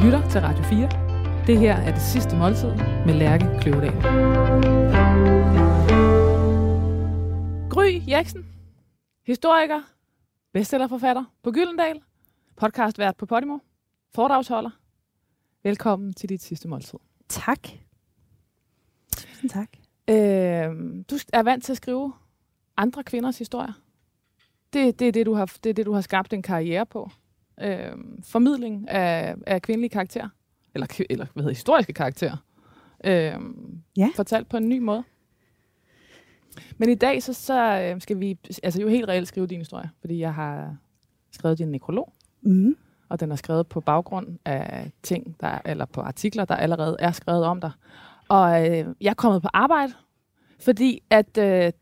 lytter til Radio 4. Det her er Det Sidste Måltid med Lærke Kløvedal. Gry Jeksen, historiker, bestsellerforfatter på Gyldendal, podcastvært på Podimo, foredragsholder. Velkommen til Dit Sidste Måltid. Tak. Tusind tak. Du er vant til at skrive andre kvinders historier. Det er det, du har skabt en karriere på. Formidling af kvindelige karakterer. Eller hvad hedder historiske karakterer. Fortalt på en ny måde. Men i dag så skal vi jo helt reelt skrive din historie. Fordi jeg har skrevet din nekrolog. Mm. Og den er skrevet på baggrund af ting, eller på artikler, der allerede er skrevet om dig. Og jeg er kommet på arbejde, fordi at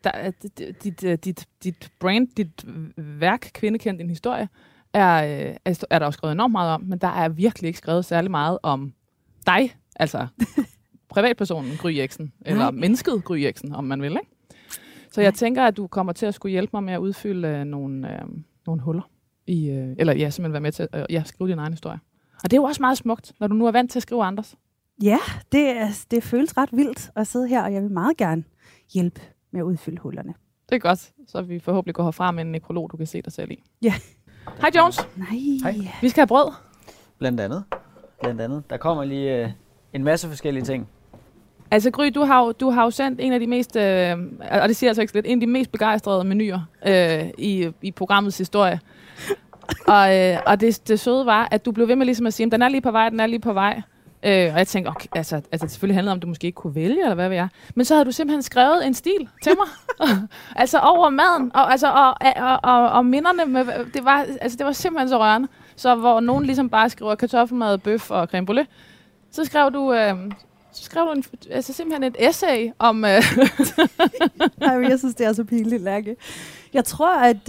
dit brand, dit værk, Kvindekendt din historie, er der jo skrevet enormt meget om, men der er virkelig ikke skrevet særlig meget om dig, altså privatpersonen Gry Jeksen, eller mennesket Gry Jeksen, om man vil, ikke? Så jeg tænker, at du kommer til at skulle hjælpe mig med at udfylde nogle huller. Simpelthen være med til at skrive din egen historie. Og det er jo også meget smukt, når du nu er vant til at skrive andres. Ja, det føles ret vildt at sidde her, og jeg vil meget gerne hjælpe med at udfylde hullerne. Det er godt, så vi forhåbentlig går herfra med en nekrolog, du kan se dig selv i. Ja. Hej Jones. Nej. Hej. Vi skal have brød. Blandt andet. Der kommer lige en masse forskellige ting. Altså Gry, du har jo sendt en af de mest, og det siger altså ikke lidt, en af de mest begejstrede menuer i programmets historie. Og det søde var, at du blev ved med ligesom at sige, den er lige på vej. Og jeg tænkte, okay, altså det selvfølgelig handlede om, at du måske ikke kunne vælge, eller hvad ved jeg. Men så havde du simpelthen skrevet en stil til mig. Altså over maden, og minderne. Det var simpelthen så rørende. Så hvor nogen ligesom bare skriver kartoffelmad, bøf og creme brûlée, så skrev du simpelthen et essay om... Jeg synes, det er så pinligt, Lærke. Jeg tror, at...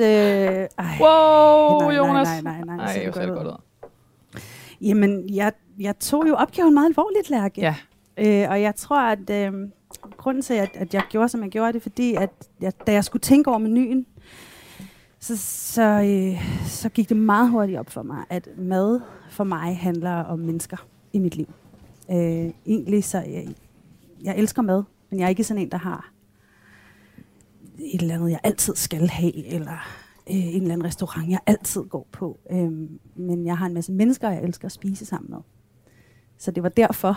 Jonas! Nej, det ser godt ud. Jamen, jeg tog jo opgaven meget alvorligt, Lærke. Ja. Og jeg tror, at grunden til, at jeg gjorde, som jeg gjorde, det fordi, at da jeg skulle tænke over menuen, så gik det meget hurtigt op for mig, at mad for mig handler om mennesker i mit liv. Egentlig så jeg elsker mad, men jeg er ikke sådan en, der har et eller andet, jeg altid skal have, eller en eller anden restaurant, jeg altid går på. Men jeg har en masse mennesker, jeg elsker at spise sammen med. Så det var derfor.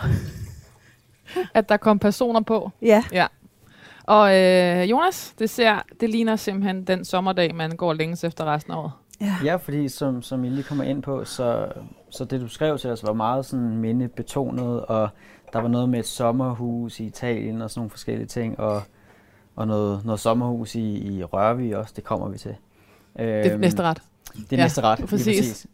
At der kom personer på. Ja. Og Jonas, det ligner simpelthen den sommerdag, man går længes efter resten af året. Ja, fordi som I lige kommer ind på, så det du skrev til os var meget sådan mindebetonet, og der var noget med et sommerhus i Italien og sådan nogle forskellige ting, og noget sommerhus i Rørvig også, det kommer vi til. Det er næste ret. Det er næste ret, præcis.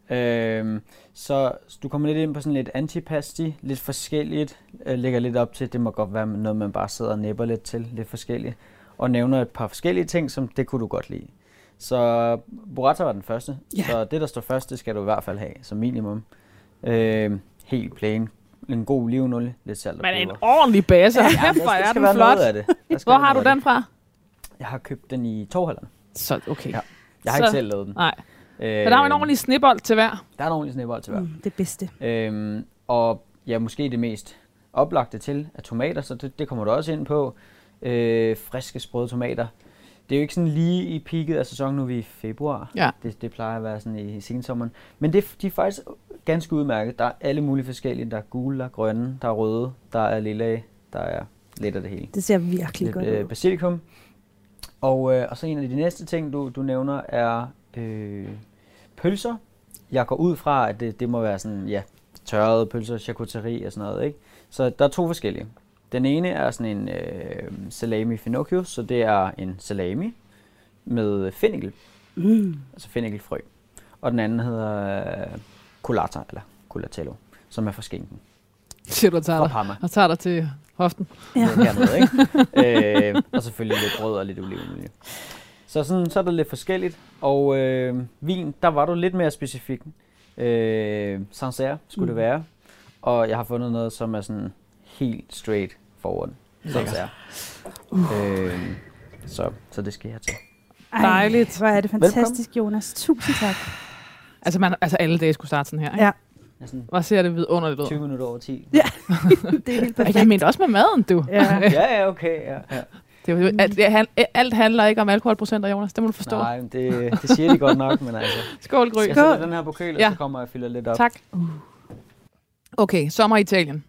Så du kommer lidt ind på sådan lidt antipasti, lidt forskelligt, lægger lidt op til, det må godt være noget, man bare sidder og nipper lidt til, lidt forskelligt, og nævner et par forskellige ting, som det kunne du godt lide. Så burrata var den første, så det, der står først, det skal du i hvert fald have, som minimum. Helt plain. En god olivenolie, lidt salt og peber. Men en ordentlig base. Ja, det skal være noget af det. Hvor har du den fra? Jeg har købt den i Torvhalleren. Så okay. Ja. Jeg har ikke selv lavet den. Nej. Men der er en ordentlig snebold til hver. Der er en ordentlig snebold til hver. Det bedste. Og ja, måske det mest oplagte til af tomater, så det kommer du også ind på. Friske, sprøde tomater. Det er jo ikke sådan lige i peaket af sæsonen, nu er vi i februar. Ja. Det plejer at være sådan i sensommeren. Men de er faktisk ganske udmærket. Der er alle mulige forskellige. Der er gule, der er grønne, der er røde, der er lilla, der er lidt af det hele. Det ser virkelig godt ud. Basilikum. Og så en af de næste ting, du nævner, er pølser. Jeg går ud fra, at det må være sådan, tørrede pølser, charcuterie og sådan noget, ikke? Så der er to forskellige. Den ene er sådan en salami finocchio, så det er en salami med fennikel, altså fennikelfrø. Og den anden hedder colata, eller colatello, som er fra skinken. Shit, og tager dig til hoften. Ja. Hernede, ikke? Og selvfølgelig lidt brød og lidt olivenolie. Så er det lidt forskelligt. Og vin, der var du lidt mere specifik. Sancerre skulle det være. Og jeg har fundet noget, som er sådan helt straight forward. Sancerre. Så det skal jeg til. Dejligt. Hvor er det fantastisk, velkommen. Jonas. Tusind tak. Altså alle dage skulle starte sådan her, ikke? Ja. Hvor ser det vidunderligt ud. 20 minutter over 10. Ja, det er helt perfekt. Jeg mente også med maden, du. Ja, okay. Ja. Det er jo, alt handler ikke om alkoholprocenter, Jonas. Det må du forstå. Nej, det siger de godt nok, men altså. Skål, Gry. Jeg sætter den her på køl, og så kommer jeg og fylder lidt op. Tak. Okay, sommer i Italien.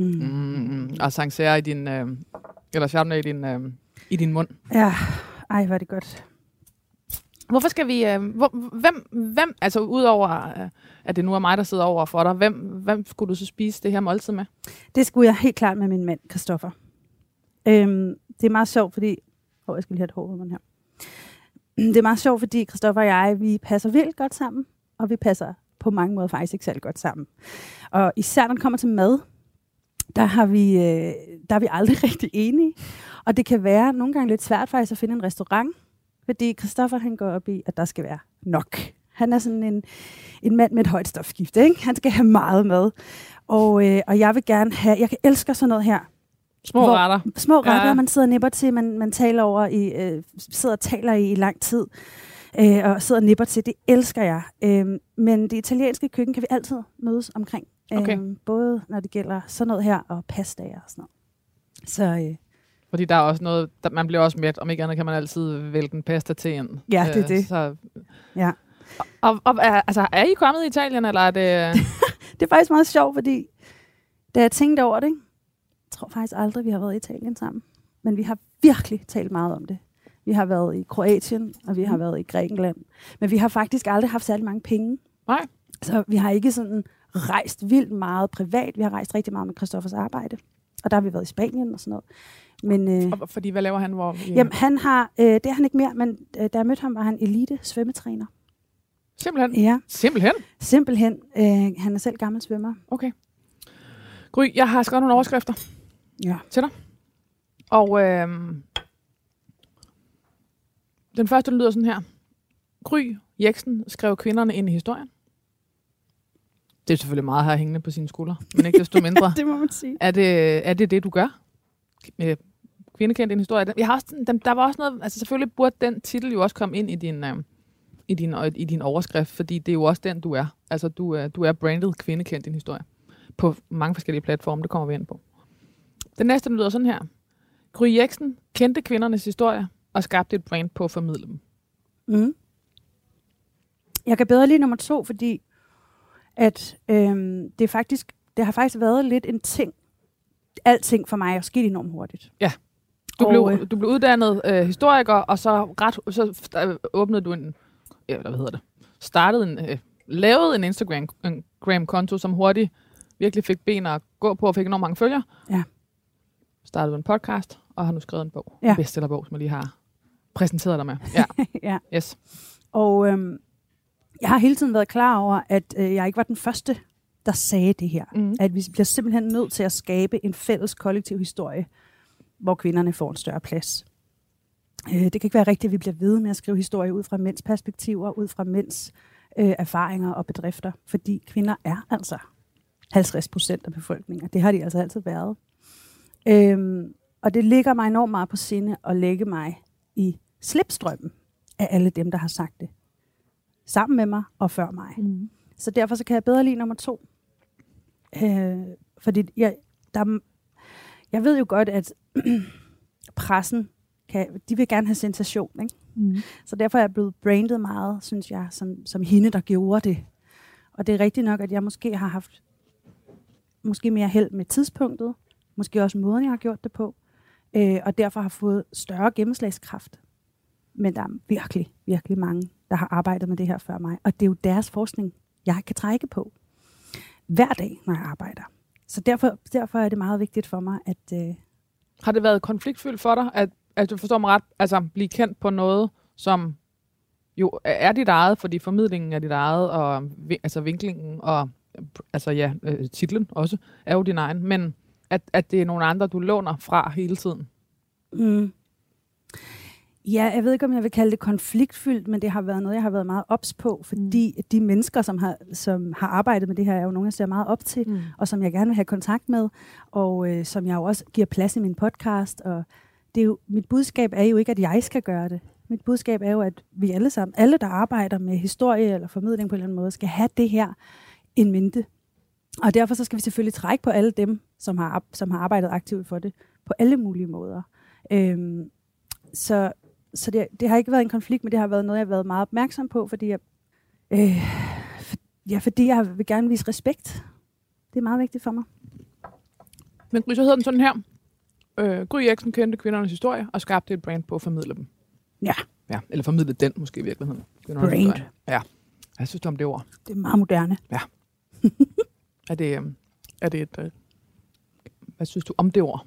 Og Sancerre i din, eller Chardonnay i din mund. Ja, ej, var det godt. Hvorfor skal vi... Hvem, altså udover at det nu er mig, der sidder over for dig, hvem skulle du så spise det her måltid med? Det skulle jeg helt klart med min mand, Christoffer. Det er meget sjovt, fordi... jeg skal lige have et hår her. Det er meget sjovt, fordi Christoffer og jeg, vi passer vildt godt sammen, og vi passer på mange måder faktisk ikke særlig godt sammen. Og især når det kommer til mad, der er vi aldrig rigtig enige. Og det kan være nogle gange lidt svært faktisk at finde en restaurant, fordi Christoffer, han går op i, at der skal være nok. Han er sådan en mand med et højt stofskifte, ikke? Han skal have meget mad. Og jeg vil gerne have... Jeg elsker sådan noget her. Små retter, man sidder og nipper til, man taler over sidder og taler i lang tid, og sidder og nipper til. Det elsker jeg. Men det italienske køkken kan vi altid mødes omkring. Okay. Både når det gælder sådan noget her, og pastaer og sådan noget. Så... Fordi der er også noget, man bliver også mæt, om ikke andet kan man altid vælge en pasta til en. Ja, det er det. Så. Ja. Og altså, er I kommet i Italien, eller er det... Det er faktisk meget sjovt, fordi da jeg tænkte over det, jeg tror faktisk aldrig, vi har været i Italien sammen. Men vi har virkelig talt meget om det. Vi har været i Kroatien, og vi har været i Grækenland. Men vi har faktisk aldrig haft særlig mange penge. Nej. Så vi har ikke sådan rejst vildt meget privat. Vi har rejst rigtig meget med Christoffers arbejde. Og der har vi været i Spanien og sådan noget. Men, fordi, hvad laver han? Jamen, han har, det er han ikke mere, men da jeg mødte ham, var han elite svømmetræner. Simpelthen? Ja. Simpelthen? Han er selv gammel svømmer. Okay. Gry, jeg har skrevet nogle overskrifter til dig. Og den første lyder sådan her. Gry Jeksen skrev kvinderne ind i historien. Det er selvfølgelig meget her hængende på sine skuldre, men ikke desto mindre. Det må man sige. Er det, du gør? Kvindekendt i en historie. Jeg har også, der var også noget, altså selvfølgelig burde den titel jo også komme ind i din overskrift, fordi det er jo også den, du er. Altså du er brandet kvindekendt i en historie. På mange forskellige platforme, det kommer vi ind på. Den næste lyder sådan her. Gry Jeksen kendte kvindernes historie og skabte et brand på at formidle dem. Mm. Jeg kan bedre lide nummer 2, fordi at det har faktisk været lidt en ting. Alting for mig er sket enormt hurtigt. Ja. Du blev uddannet historiker, og så åbnede du lavede en Instagram-konto, som hurtigt virkelig fik ben at gå på og fik enormt mange følgere. Ja. Startede en podcast, og har nu skrevet en bog. Ja. En bestsellerbog, som jeg lige har præsenteret dig med. Ja. Ja. Yes. Og jeg har hele tiden været klar over, at jeg ikke var den første, der sagde det her. Mm. At vi bliver simpelthen nødt til at skabe en fælles kollektiv historie, hvor kvinderne får en større plads. Det kan ikke være rigtigt, at vi bliver ved med at skrive historie ud fra mænds perspektiver, ud fra mænds erfaringer og bedrifter, fordi kvinder er altså 50% af befolkningen, og det har de altså altid været. Og det ligger mig enormt meget på sinde at lægge mig i slipstrømmen af alle dem, der har sagt det. Sammen med mig og før mig. Mm. Så derfor så kan jeg bedre lide nummer 2. Fordi jeg ved jo godt, at pressen, de vil gerne have sensation. Ikke? Mm. Så derfor er jeg blevet brandet meget, synes jeg, som hende, der gjorde det. Og det er rigtigt nok, at jeg måske har haft mere held med tidspunktet, måske også måden, jeg har gjort det på, og derfor har fået større gennemslagskraft. Men der er virkelig, virkelig mange, der har arbejdet med det her før mig. Og det er jo deres forskning, jeg kan trække på hver dag, når jeg arbejder. Så derfor er det meget vigtigt for mig, at... Har det været konfliktfyldt for dig, at du forstår mig ret, altså blive kendt på noget, som jo er dit eget, fordi formidlingen er dit eget, og altså vinklingen og titlen også er jo din egen, men at det er nogle andre, du låner fra hele tiden? Mm. Ja, jeg ved ikke, om jeg vil kalde det konfliktfyldt, men det har været noget, jeg har været meget ops på, fordi de mennesker, som har arbejdet med det her, er jo nogle, jeg ser meget op til, og som jeg gerne vil have kontakt med, og som jeg jo også giver plads i min podcast. Og det er jo, mit budskab er jo ikke, at jeg skal gøre det. Mit budskab er jo, at vi alle sammen, alle der arbejder med historie eller formidling på en eller anden måde, skal have det her in mente. Og derfor så skal vi selvfølgelig trække på alle dem, som har arbejdet aktivt for det, på alle mulige måder. Så det har ikke været en konflikt, men det har været noget, jeg har været meget opmærksom på, fordi jeg vil gerne vise respekt. Det er meget vigtigt for mig. Men Gry, så hedder den sådan her. Gry Eriksen kendte kvindernes historie og skabte et brand på at formidle dem. Ja. Ja, eller formidle den måske i virkeligheden. Brand. Ja. Hvad synes du om det ord? Det er meget moderne. Ja. Er det et... hvad synes du om det ord?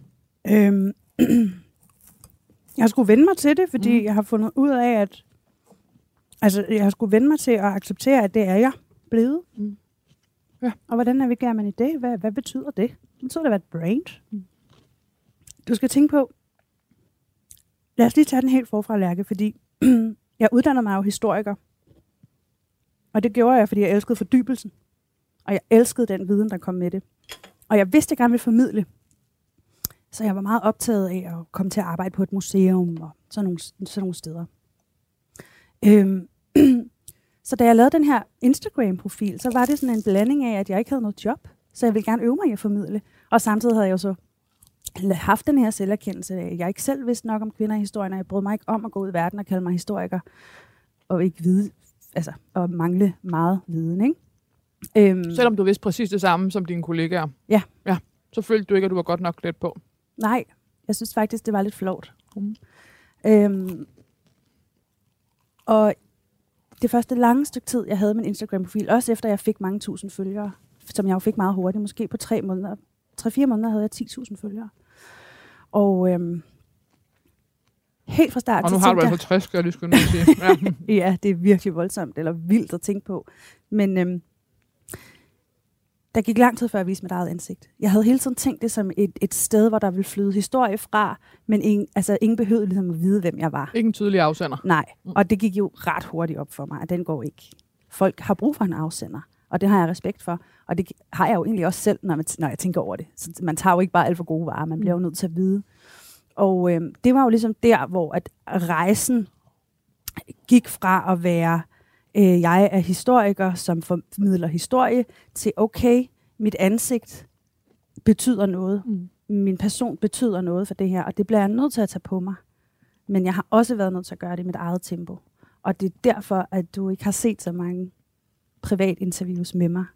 Jeg skulle vende mig til det, fordi jeg har fundet ud af, at jeg skulle vende mig til at acceptere, at det er jeg blevet. Mm. Ja. Og hvordan navigerer man i det? Hvad betyder det? Hvad betyder det at være et brand? Du skal tænke på, lad os lige tage den helt forfra, Lærke, fordi jeg uddannede mig jo historiker. Og det gjorde jeg, fordi jeg elskede fordybelsen. Og jeg elskede den viden, der kom med det. Og jeg vidste, at jeg gerne ville formidle. Så jeg var meget optaget af at komme til at arbejde på et museum og sådan nogle steder. Så da jeg lavede den her Instagram-profil, så var det sådan en blanding af, at jeg ikke havde noget job. Så jeg ville gerne øve mig i at formidle. Og samtidig havde jeg jo så haft den her selverkendelse af, at jeg ikke selv vidste nok om kvinder i historien, og jeg brød mig ikke om at gå ud i verden og kalde mig historiker, og ikke vide, og mangle meget viden, ikke? Selvom du vidste præcis det samme som dine kollegaer? Ja. Ja. Så følte du ikke, at du var godt nok klædt på? Nej, jeg synes faktisk, det var lidt flovt. Og det første lange stykke tid, jeg havde min Instagram-profil, også efter jeg fik mange tusind følgere, som jeg jo fik meget hurtigt, måske på 3-4 måneder havde jeg 10.000 følgere. Og helt fra start... Og nu har du altså 60, skal jeg lige skynde mig at sige. Ja. Ja, det er virkelig voldsomt, eller vildt at tænke på. Men der gik lang tid, før jeg viste mit eget ansigt. Jeg havde hele tiden tænkt det som et sted, hvor der ville flyde historie fra, men ingen behøvede ligesom at vide, hvem jeg var. Ingen tydelig afsender. Nej, og det gik jo ret hurtigt op for mig, at den går ikke. Folk har brug for en afsender, og det har jeg respekt for. Og det har jeg jo egentlig også selv, når jeg tænker over det. Så man tager jo ikke bare alt for gode varer, man bliver jo nødt til at vide. Og det var jo ligesom der, hvor at rejsen gik fra at være, jeg er historiker, som formidler historie, til okay, mit ansigt betyder noget. Min person betyder noget for det her, og det bliver jeg nødt til at tage på mig. Men jeg har også været nødt til at gøre det i mit eget tempo. Og det er derfor, at du ikke har set så mange privatinterviews med mig.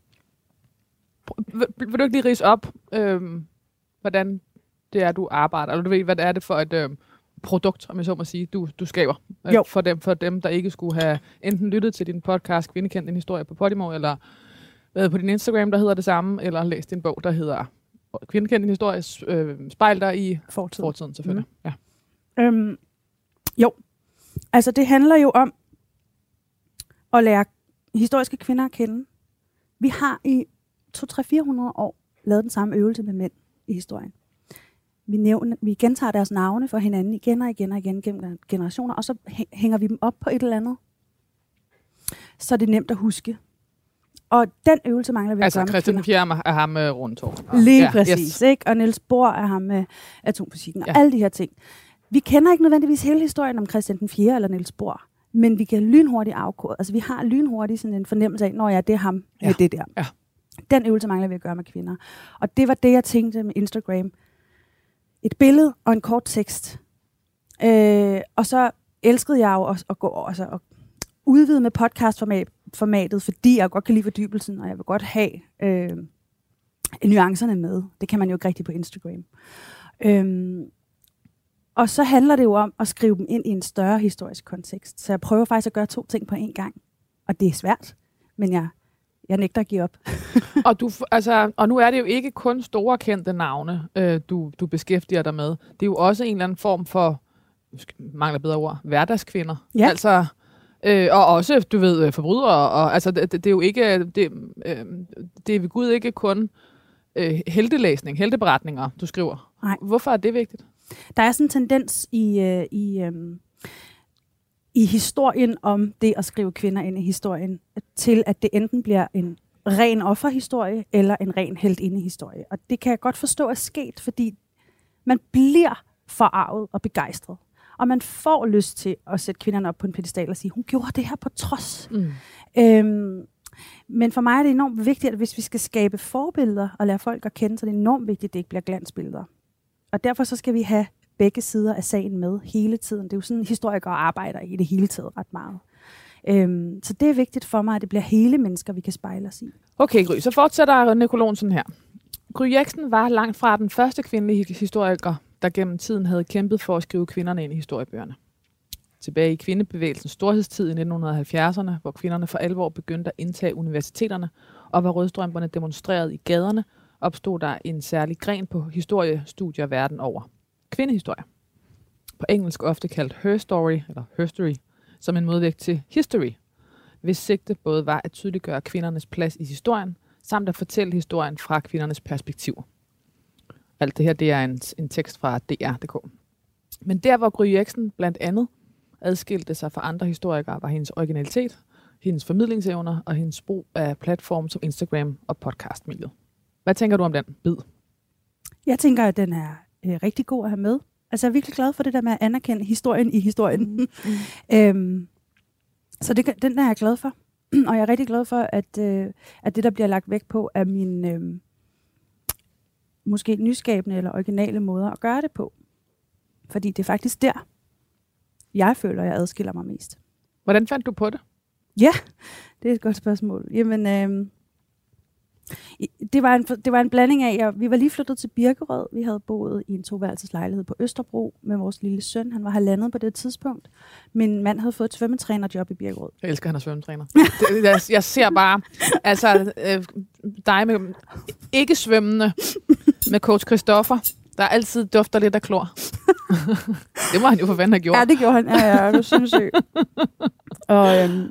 Vil du ikke lige ridse op, hvordan det er, du arbejder? Eller du ved, hvad det er det for et produkt, om jeg så må sige, du skaber for dem, der ikke skulle have enten lyttet til din podcast, Kvindekendt en historie på Podimo, eller været på din Instagram, der hedder det samme, eller læst din bog, der hedder Kvindekendt en historie, spejl dig i fortiden selvfølgelig. Ja. Jo, altså det handler jo om at lære historiske kvinder at kende. Vi har i 200-400 år lavet den samme øvelse med mænd i historien. Vi gentager deres navne for hinanden igen og igen og igen gennem generationer, og så hænger vi dem op på et eller andet. Så det er nemt at huske. Og den øvelse mangler vi at gøre med Christian IV er ham med Rundtårn. Lige præcis, ikke? Og Niels Bohr er ham med atomfysikken og alle de her ting. Vi kender ikke nødvendigvis hele historien om Christian IV eller Niels Bohr, men vi kan lynhurtigt afkode. Altså vi har lynhurtigt sådan en fornemmelse af, når det er ham med det der. Ja. Den øvelse mangler vi at gøre med kvinder. Og det var det, jeg tænkte med Instagram. Et billede og en kort tekst. Og så elskede jeg jo at gå at udvide med podcastformatet, fordi jeg godt kan lide fordybelsen, og jeg vil godt have nuancerne med. Det kan man jo ikke rigtig på Instagram. Og så handler det jo om at skrive dem ind i en større historisk kontekst. Så jeg prøver faktisk at gøre 2 ting på én gang. Og det er svært, men jeg nægter at give op. Og nu er det jo ikke kun store kendte navne, du beskæftiger dig med. Det er jo også en eller anden form for, mangler bedre ord, hverdagskvinder. Ja. Altså, og også, du ved, forbrydere. Og, altså, det er jo ikke, det er ved Gud ikke kun helteberetninger, du skriver. Nej. Hvorfor er det vigtigt? Der er sådan en tendens i historien om det at skrive kvinder ind i historien, til at det enten bliver en ren offerhistorie, eller en ren heltindehistorie. Og det kan jeg godt forstå er sket, fordi man bliver forarvet og begejstret. Og man får lyst til at sætte kvinderne op på en pedestal og sige, hun gjorde det her på trods. Men for mig er det enormt vigtigt, at hvis vi skal skabe forbilleder og lære folk at kende, så er det enormt vigtigt, at det ikke bliver glansbilleder. Og derfor så skal vi have begge sider af sagen med hele tiden. Det er jo sådan, historikere arbejder i det hele taget ret meget. Så det er vigtigt for mig, at det bliver hele mennesker, vi kan spejle os i. Okay, Gry, så fortsætter Nicolon sådan her. Gry Jexen var langt fra den første kvindelige historiker, der gennem tiden havde kæmpet for at skrive kvinderne ind i historiebøgerne. Tilbage i kvindebevægelsens storhedstid i 1970'erne, hvor kvinderne for alvor begyndte at indtage universiteterne, og hvor rødstrømperne demonstrerede i gaderne, opstod der en særlig gren på historiestudier verden over. Kvindehistorie. På engelsk ofte kaldt her story, eller herstory, som en modvægt til history, hvis sigte både var at tydeliggøre kvindernes plads i historien, samt at fortælle historien fra kvindernes perspektiv. Alt det her, det er en tekst fra DR.dk. Men der, hvor Gry Jexen blandt andet adskilte sig fra andre historikere, var hendes originalitet, hendes formidlingsevner og hendes brug af platforme som Instagram og podcastmiljøet. Hvad tænker du om den bid? Jeg tænker, at den er rigtig god at have med. Altså, jeg er virkelig glad for det der med at anerkende historien i historien. Så den er jeg glad for. Og jeg er rigtig glad for, at det, der bliver lagt vægt på, er mine måske nyskabende eller originale måder at gøre det på. Fordi det er faktisk der, jeg føler, jeg adskiller mig mest. Hvordan fandt du på det? Ja, det er et godt spørgsmål. Jamen, det var en blanding af, vi var lige flyttet til Birkerød. Vi havde boet i en 2-værelseslejlighed på Østerbro med vores lille søn. Han var 1,5 på det tidspunkt. Min mand havde fået et svømmetrænerjob i Birkerød. Jeg elsker, at han er svømmetræner. Jeg ser bare dig med ikke svømmende med coach Christoffer, der altid dufter lidt af klor. Det må han jo for fanden have gjort. Ja, det gjorde han. Ja, det synes jeg. Og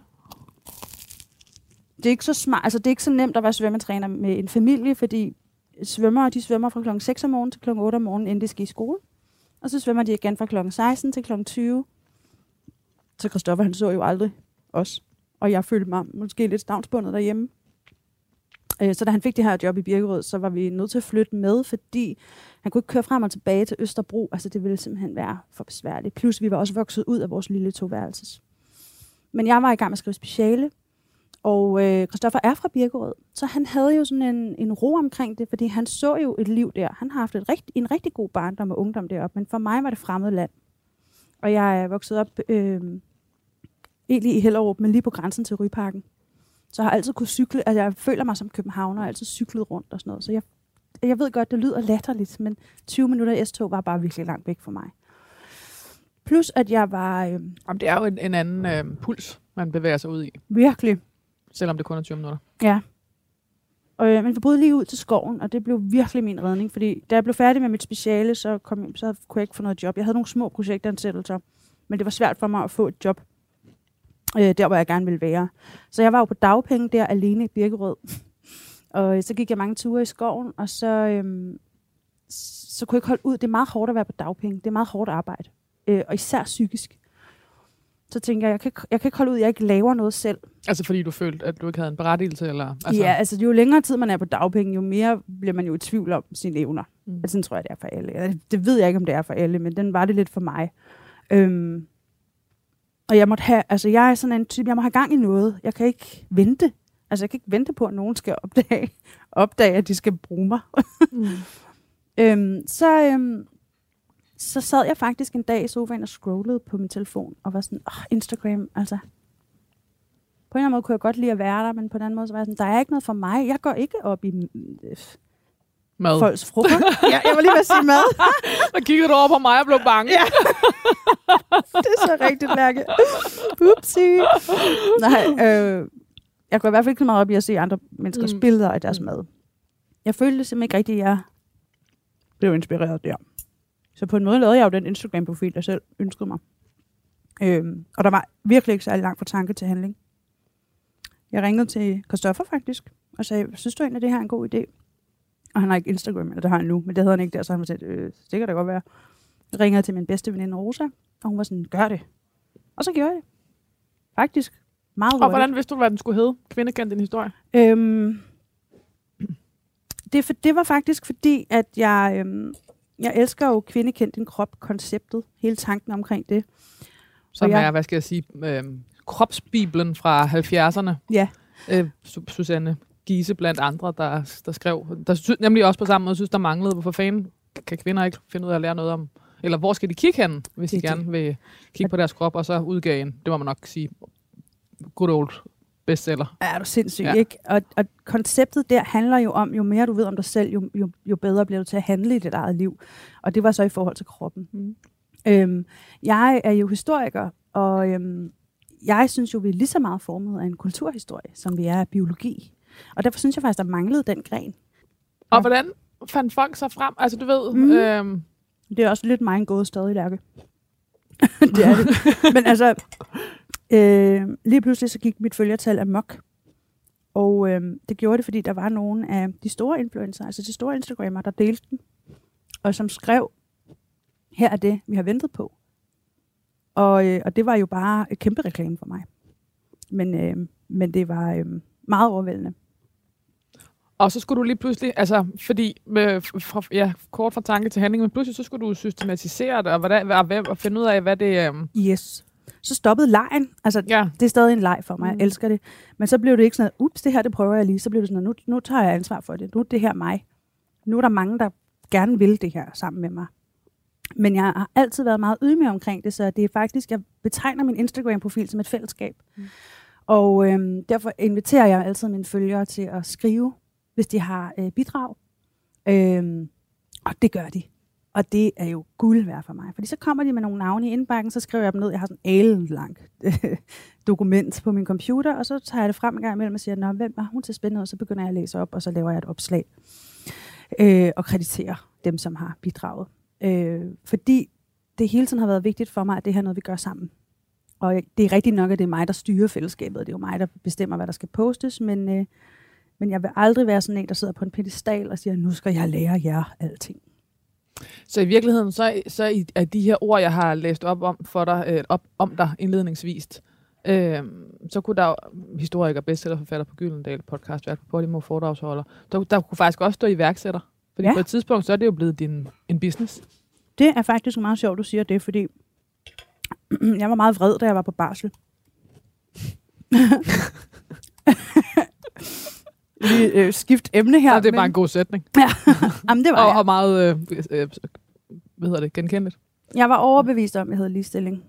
det er ikke så smart, altså det er ikke så nemt at være svømmetræner med en familie, fordi de svømmer fra klokken 6 om morgenen til klokken 8 om morgenen, inden de skal i skole. Og så svømmer de igen fra klokken 16 til klokken 20. Så Christoffer, han så jo aldrig os. Og jeg følte mig måske lidt stavnsbundet derhjemme. Så da han fik det her job i Birkerød, så var vi nødt til at flytte med, fordi han kunne ikke køre frem og tilbage til Østerbro. Altså det ville simpelthen være for besværligt. Plus vi var også vokset ud af vores lille 2-værelses. Men jeg var i gang med at skrive speciale, og Christoffer er fra Birkerød, så han havde jo sådan en ro omkring det, fordi han så jo et liv der. Han har haft en rigtig god barndom og ungdom deroppe, men for mig var det fremmed land. Og jeg er vokset op egentlig i Hellerup, men lige på grænsen til Ryparken. Så jeg har altid kunne cykle, altså jeg føler mig som københavner, og altid cyklet rundt og sådan noget. Så jeg ved godt, det lyder latterligt, men 20 minutter i S-tog var bare virkelig langt væk for mig. Plus at jeg var... Det er jo en anden puls, man bevæger sig ud i. Virkelig. Selvom det kun er 20 minutter. Ja. Men vi boede lige ud til skoven, og det blev virkelig min redning, fordi da jeg blev færdig med mit speciale, så kunne jeg ikke få noget job. Jeg havde nogle små projektansættelser, men det var svært for mig at få et job der, hvor jeg gerne ville være. Så jeg var jo på dagpenge der alene i Birkerød, og så gik jeg mange ture i skoven, og så kunne jeg ikke holde ud. Det er meget hårdt at være på dagpenge. Det er meget hårdt arbejde, og især psykisk. Så tænker jeg kan ikke holde ud, at jeg ikke laver noget selv. Altså fordi du følte, at du ikke havde en berettigelse? Eller, altså... Ja, altså jo længere tid man er på dagpenge, jo mere bliver man jo i tvivl om sine evner. Altså sådan tror jeg, det er for alle. Det ved jeg ikke, om det er for alle, men den var det lidt for mig. Og jeg måtte have, altså jeg er sådan en type, jeg må have gang i noget. Jeg kan ikke vente. Altså jeg kan ikke vente på, at nogen skal opdage, at de skal bruge mig. Så sad jeg faktisk en dag i sofaen og scrollede på min telefon, og var sådan, Instagram, altså. På en eller anden måde kunne jeg godt lide at være der, men på den anden måde så var jeg sådan, der er ikke noget for mig. Jeg går ikke op i mad. Folks frokost. Ja, jeg var lige ved at sige mad. Så kiggede du over på mig og blev bange. Ja. Det er så rigtigt, Lærke. Upsi. Nej, jeg går i hvert fald ikke så meget op i at se andre menneskers billeder af deres mad. Jeg følte simpelthen ikke rigtigt, at jeg blev inspireret der. Så på en måde lavede jeg jo den Instagram-profil, jeg selv ønskede mig. Og der var virkelig ikke særlig langt fra tanke til handling. Jeg ringede til Christoffer faktisk, og sagde, synes du egentlig, at det her er en god idé? Og han har ikke Instagram, eller det har han nu, men det havde han ikke der, så han var sagt, det kan da godt være. Jeg ringede til min bedste veninde Rosa, og hun var sådan, gør det. Og så gjorde jeg det. Faktisk meget hurtigt. Og hvordan vidste du, hvad den skulle hedde? Kvindekend din historie? Det var faktisk fordi, at jeg elsker jo kvindekend din krop-konceptet. Hele tanken omkring det. Som er, hvad skal jeg sige, kropsbibelen fra 70'erne. Ja. Susanne Giese blandt andre, der skrev, nemlig også på samme måde, synes, der manglede, hvorfor fanden kan kvinder ikke finde ud af at lære noget om, eller hvor skal de kigge hen, hvis de gerne vil kigge på deres krop, og så udgive en, det må man nok sige, good old bestseller. Ja, du sindssygt, ikke? Og konceptet der handler jo om, jo mere du ved om dig selv, jo bedre bliver du til at handle i dit eget liv. Og det var så i forhold til kroppen. Jeg er jo historiker, og jeg synes jo, vi er lige så meget formet af en kulturhistorie, som vi er af biologi. Og derfor synes jeg faktisk, der manglede den gren. Og hvordan fandt folk sig frem? Altså, du ved... Det er også lidt mig en gåde stadig, Lærke. Det er det. Men altså, lige pludselig så gik mit følgertal amok. Og det gjorde det, fordi der var nogle af de store influencer, altså de store Instagrammer, der delte den. Og som skrev, her er det, vi har ventet på. Og det var jo bare et kæmpe reklame for mig. Men det var meget overvældende. Og så skulle du lige pludselig, altså fordi, kort fra tanke til handling, men pludselig så skulle du systematisere det, og finde ud af, hvad det... Yes. Så stoppede lejen. Altså, det er stadig en leg for mig. Jeg elsker det. Men så blev det ikke sådan, ups, det her, det prøver jeg lige. Så blev det sådan, nu tager jeg ansvar for det. Nu er det her mig. Nu er der mange, der gerne vil det her sammen med mig. Men jeg har altid været meget ydmyg omkring det, så det er faktisk, jeg betegner min Instagram-profil som et fællesskab. Og derfor inviterer jeg altid mine følgere til at skrive, hvis de har bidrag. Og det gør de. Og det er jo guld værd for mig. Fordi så kommer de med nogle navne i indbakken, så skriver jeg dem ned. Jeg har sådan en langt dokument på min computer, og så tager jeg det frem en gang imellem og siger, hvem var hun til spændende? Og så begynder jeg at læse op, og så laver jeg et opslag. Og krediterer dem, som har bidraget. Fordi det hele tiden har været vigtigt for mig, at det her er noget, vi gør sammen. Og det er rigtigt nok, at det er mig, der styrer fællesskabet. Det er jo mig, der bestemmer, hvad der skal postes, men jeg vil aldrig være sådan en, der sidder på en pedestal og siger, nu skal jeg lære jer alting. Så i virkeligheden, så er de her ord, jeg har læst op om for dig, om dig indledningsvist, så kunne der jo historiker, bestsellerforfatter på Gyldendal, podcastvært på Podimo, foredragsholder, der kunne faktisk også stå iværksætter. Fordi på et tidspunkt, så er det jo blevet en business. Det er faktisk meget sjovt, du siger det, fordi jeg var meget vred, da jeg var på barsel. Lige skift emne her. Ja, det er bare en god sætning. Ja, jamen, det var og meget, genkendeligt. Jeg var overbevist om, at jeg havde ligestilling.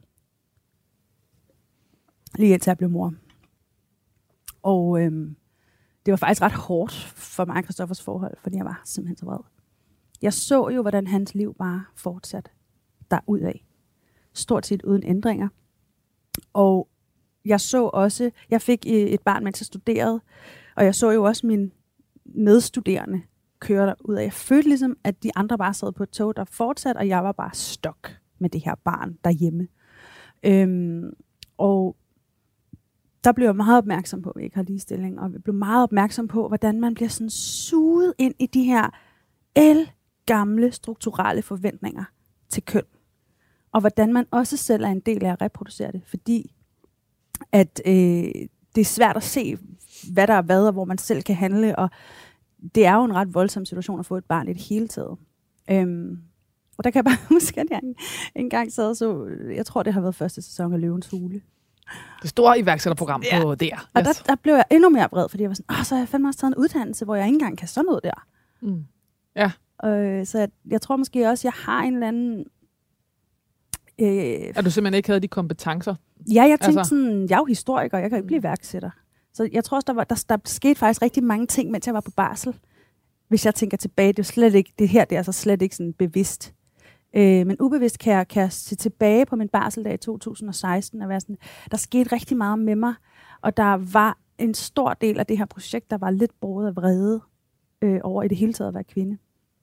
Lige indtil jeg blev mor. Og det var faktisk ret hårdt for mig og Christoffers forhold, fordi jeg var simpelthen så vred. Jeg så jo, hvordan hans liv bare fortsatte derudad. Stort set uden ændringer. Og jeg så også, jeg fik et barn, mens jeg studerede, og jeg så jo også mine medstuderende køre derudad. Jeg følte ligesom, at de andre bare sad på et tog, der fortsatte, og jeg var bare stok med det her barn derhjemme. Og der blev jeg meget opmærksom på, at vi ikke har ligestilling, og vi blev meget opmærksom på, hvordan man bliver sådan suget ind i de her gamle strukturelle forventninger til køn. Og hvordan man også selv er en del af at reproducere det, fordi at det er svært at se, hvad der er hvad, og hvor man selv kan handle, og det er jo en ret voldsom situation at få et barn i det hele taget. Og der kan jeg bare huske, at jeg engang sad så, jeg tror det har været første sæson af Løvens Hule. Det store iværksætterprogram på DR. Yes. Og der blev jeg endnu mere vred, fordi jeg var sådan, så har jeg fandme også taget en uddannelse, hvor jeg ikke engang kan sådan noget der. Ja. Så jeg tror måske også, jeg har en eller anden... At du simpelthen ikke havde de kompetencer? Ja, jeg tænkte sådan, jeg er jo historiker, jeg kan ikke blive iværksætter. Så jeg tror også, der skete faktisk rigtig mange ting, mens jeg var på barsel. Hvis jeg tænker tilbage, det er slet ikke, det her det er altså slet ikke sådan bevidst. Men ubevidst kan jeg se tilbage på min barseldag i 2016 og være sådan, der skete rigtig meget med mig, og der var en stor del af det her projekt, der var lidt båret af vrede over i det hele taget at være kvinde.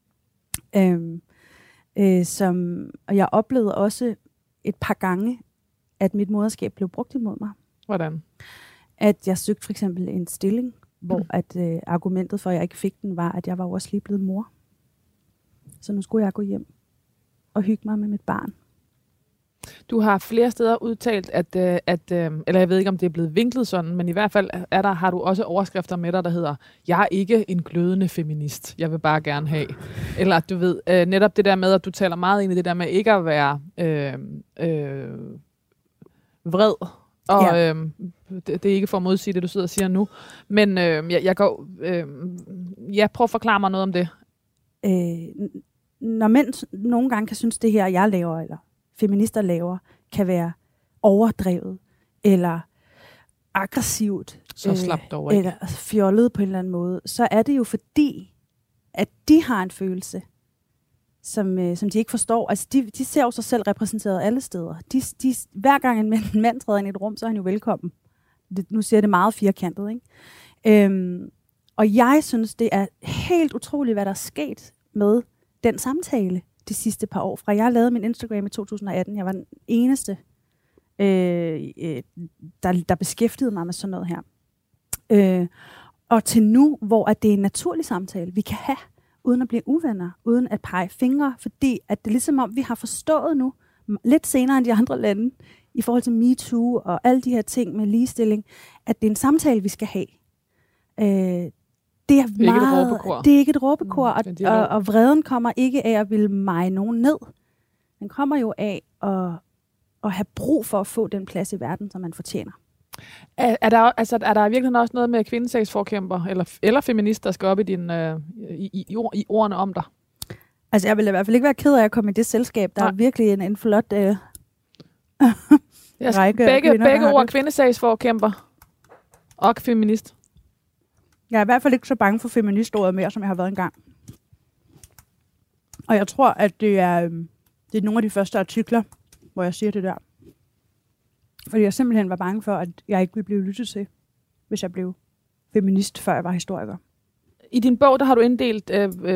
Og jeg oplevede også et par gange, at mit moderskab blev brugt imod mig. Hvordan? At jeg søgte for eksempel en stilling, hvor at argumentet for, at jeg ikke fik den, var, at jeg var også lige blevet mor. Så nu skulle jeg gå hjem og hygge mig med mit barn. Du har flere steder udtalt, at eller jeg ved ikke, om det er blevet vinklet sådan, men i hvert fald har du også overskrifter med dig, der hedder, jeg er ikke en glødende feminist, jeg vil bare gerne have. Eller du ved, netop det der med, at du taler meget ind i det der med ikke at være vred Og det er ikke for at modsige det, du sidder og siger nu. Men jeg går... prøv at forklare mig noget om det. Når mænd nogle gange kan synes, det her, jeg laver, eller feminister laver, kan være overdrevet, eller aggressivt, så slap dog ikke. Eller fjollet på en eller anden måde, så er det jo fordi, at de har en følelse, som de ikke forstår. Altså, de ser jo sig selv repræsenteret alle steder. Hver gang en mand træder ind i et rum, så er han jo velkommen. Nu siger jeg det meget firkantet, ikke? Og jeg synes, det er helt utroligt, hvad der er sket med den samtale de sidste par år. Fra jeg lavede min Instagram i 2018, jeg var den eneste, der beskæftigede mig med sådan noget her. Og til nu, hvor at det er en naturlig samtale, vi kan have, uden at blive uvenner, uden at pege fingre, fordi at det er ligesom om, vi har forstået nu, lidt senere end de andre lande, i forhold til MeToo og alle de her ting med ligestilling, at det er en samtale, vi skal have. Det er ikke et råbekor, og vreden kommer ikke af at ville meje nogen ned. Den kommer jo af at have brug for at få den plads i verden, som man fortjener. Er der virkelig også noget med kvindesagsforkæmper eller feminister, der skal op i ordene om dig? Altså, jeg vil i hvert fald ikke være ked af at komme i det selskab. Der er virkelig en flot række begge ord, kvindesagsforkæmper og feminist. Jeg er i hvert fald ikke så bange for feministordet mere, som jeg har været engang. Og jeg tror, at det er nogle af de første artikler, hvor jeg siger det der. Fordi jeg simpelthen var bange for, at jeg ikke ville blive lyttet til, hvis jeg blev feminist, før jeg var historiker. I din bog, der har du inddelt,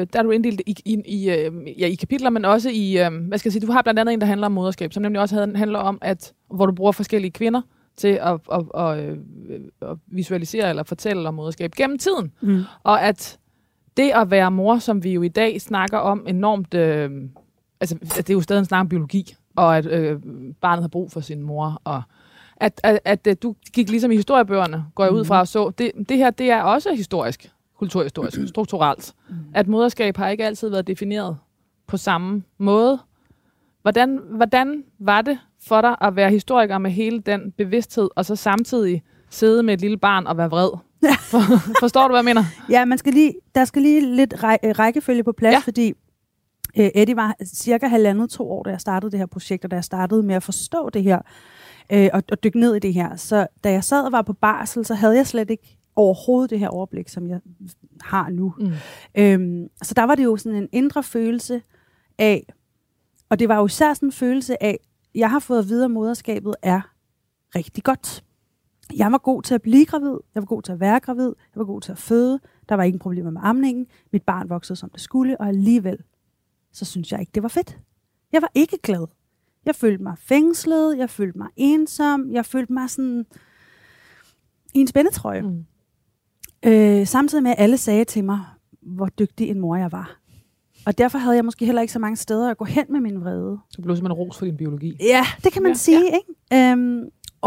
i kapitler, men også i, du har blandt andet en, der handler om moderskab, som nemlig også handler om, hvor du bruger forskellige kvinder til at visualisere eller fortælle om moderskab gennem tiden. Mm. Og at det at være mor, som vi jo i dag snakker om enormt, det er jo stadig en snak om biologi, og at barnet har brug for sin mor, og at du gik ligesom i historiebøgerne, går jeg ud fra og så, det her, det er også historisk, kulturhistorisk, strukturelt. At moderskab har ikke altid været defineret på samme måde. Hvordan var det for dig at være historiker med hele den bevidsthed, og så samtidig sidde med et lille barn og være vred? Ja. Forstår du, hvad jeg mener? Ja, der skal lige lidt rækkefølge på plads, fordi Eddie var cirka 1,5-2 år, da jeg startede det her projekt, og da jeg startede med at forstå det her, og dykke ned i det her. Så da jeg sad og var på barsel, så havde jeg slet ikke overhovedet det her overblik, som jeg har nu. Så der var det jo sådan en indre følelse af, og det var jo især sådan en følelse af, jeg har fået at vide, at moderskabet er rigtig godt. Jeg var god til at blive gravid, jeg var god til at være gravid, jeg var god til at føde, der var ingen problemer med amningen, mit barn voksede som det skulle, og alligevel, så synes jeg ikke, det var fedt. Jeg var ikke glad. Jeg følte mig fængslet, jeg følte mig ensom, jeg følte mig sådan i en spændetrøje. Samtidig med, at alle sagde til mig, hvor dygtig en mor jeg var. Og derfor havde jeg måske heller ikke så mange steder at gå hen med min vrede. Du blev simpelthen ros for din biologi. Ja, det kan man sige, ikke?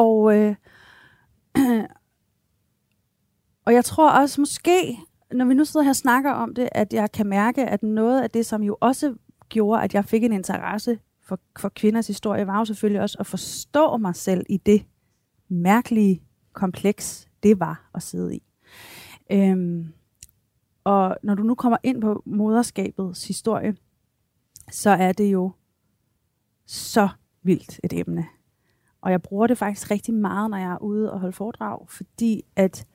Og jeg tror også måske, når vi nu sidder her og snakker om det, at jeg kan mærke, at noget af det, som jo også gjorde, at jeg fik en interesse for kvinders historie, var jo selvfølgelig også at forstå mig selv i det mærkelige kompleks, det var at sidde i. Og når du nu kommer ind på moderskabets historie, så er det jo så vildt et emne. Og jeg bruger det faktisk rigtig meget, når jeg er ude og holde foredrag, fordi at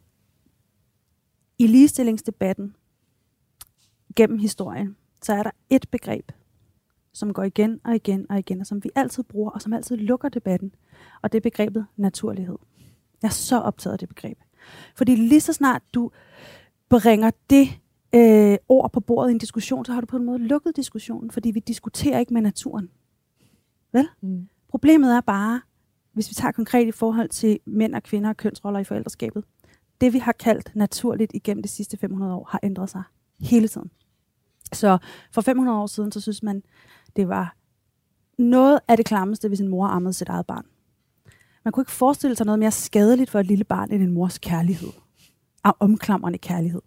i ligestillingsdebatten gennem historien, så er der et begreb, som går igen og igen og igen, og som vi altid bruger, og som altid lukker debatten. Og det er begrebet naturlighed. Jeg er så optaget af det begreb. Fordi lige så snart du bringer det ord på bordet i en diskussion, så har du på en måde lukket diskussionen, fordi vi diskuterer ikke med naturen. Vel? Problemet er bare, hvis vi tager konkret i forhold til mænd og kvinder og kønsroller i forældreskabet, det vi har kaldt naturligt igennem de sidste 500 år, har ændret sig hele tiden. Så for 500 år siden, så synes man, det var noget af det klammeste, hvis en mor ammede sit eget barn. Man kunne ikke forestille sig noget mere skadeligt for et lille barn, end en mors kærlighed. Omklamrende kærlighed.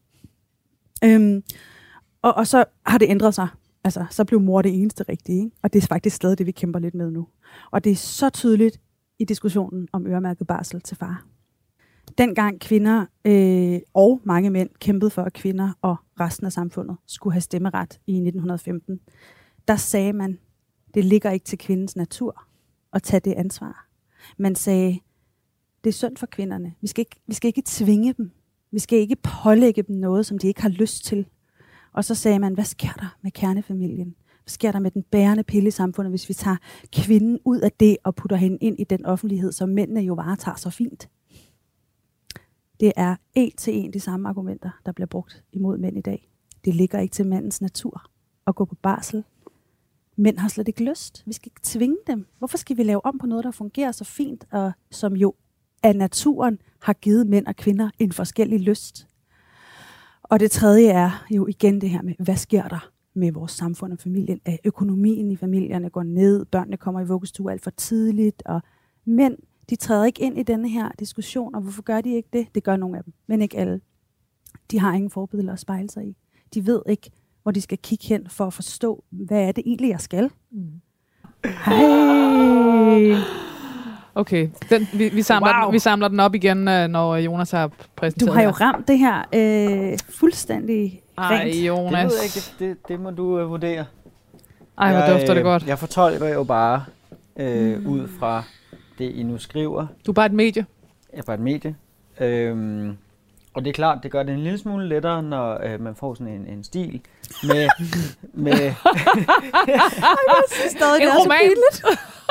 Og så har det ændret sig. Altså, så blev mor det eneste rigtige, ikke? Og det er faktisk stadig det, vi kæmper lidt med nu. Og det er så tydeligt i diskussionen om øremærket barsel til far. Dengang kvinder og mange mænd kæmpede for, at kvinder og resten af samfundet skulle have stemmeret i 1915, der sagde man, det ligger ikke til kvindens natur at tage det ansvar. Man sagde, det er synd for kvinderne. Vi skal ikke tvinge dem. Vi skal ikke pålægge dem noget, som de ikke har lyst til. Og så sagde man, hvad sker der med kernefamilien? Hvad sker der med den bærende pille i samfundet, hvis vi tager kvinden ud af det og putter hende ind i den offentlighed, som mændene jo varetager så fint? Det er en til en de samme argumenter, der bliver brugt imod mænd i dag. Det ligger ikke til mandens natur at gå på barsel. Mænd har slet ikke lyst. Vi skal ikke tvinge dem. Hvorfor skal vi lave om på noget, der fungerer så fint, og som jo af naturen har givet mænd og kvinder en forskellig lyst? Og det tredje er jo igen det her med, hvad sker der med vores samfund og familien? At økonomien i familierne går ned, børnene kommer i vuggestue alt for tidligt, og mænd, de træder ikke ind i denne her diskussion, og hvorfor gør de ikke det? Det gør nogle af dem, men ikke alle. De har ingen forbilleder at spejle sig i. De ved ikke, hvor de skal kigge hen for at forstå, hvad er det egentlig, jeg skal? Hej! Okay, vi samler den op igen, når Jonas har præsenteret. Du har jo ramt det her fuldstændig rent. Ej, Jonas. Det ved jeg ikke, det må du vurdere. Ej, hvor dufter det godt. Jeg fortolker jo bare ud fra det, I nu skriver. Du er bare et medie. Jeg er bare et medie. Og det er klart, det gør det en lille smule lettere, når man får sådan en stil med jeg synes stadig, det er roman. Så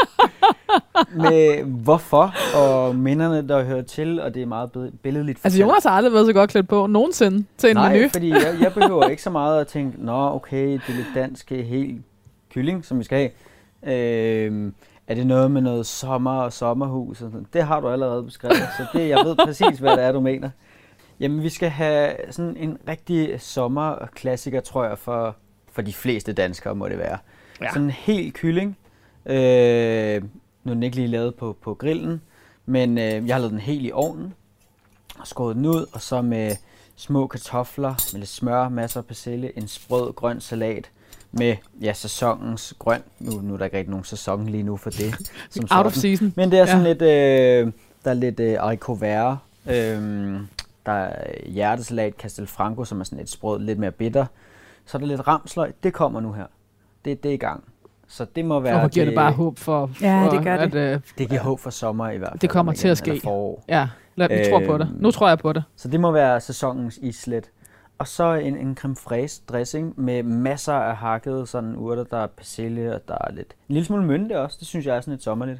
med hvorfor, og minderne, der hører til, og det er meget billedligt fortalt. Altså, Jonas har aldrig været så godt klædt på nogensinde til en menu. Nej, fordi jeg behøver ikke så meget at tænke, nå, okay, det er lidt dansk, helt kylling, som vi skal have. Er det noget med noget sommer og sommerhus? Og sådan? Det har du allerede beskrevet, så jeg ved præcis, hvad det er, du mener. Jamen, vi skal have sådan en rigtig sommerklassiker, tror jeg, for de fleste danskere, må det være. Ja. Sådan en helt kylling. Nu er den ikke lige lavet på grillen, men jeg har lavet den helt i ovnen og skåret den ud, og så med små kartofler, med lidt smør, masser af persille, en sprød grøn salat med sæsonens grøn. Nu er der ikke rigtig nogen sæson lige nu for det. Som out of season. Men det er sådan lidt, der er lidt haricot vert, der er hjertesalat, castelfranco, som er sådan et sprød, lidt mere bitter. Så er der lidt ramsløg. Det kommer nu her. Det er i gang. Så det må være... Og giver det bare håb for det gør det. At, det giver håb for sommer i hvert fald. Det kommer til at ske. Ja, vi tror på det. Nu tror jeg på det. Så det må være sæsonens islet. Og så en creme fraise dressing med masser af hakkede sådan urter, der er persille, og der er lidt... En lille smule mynte også. Det synes jeg er sådan lidt sommerligt.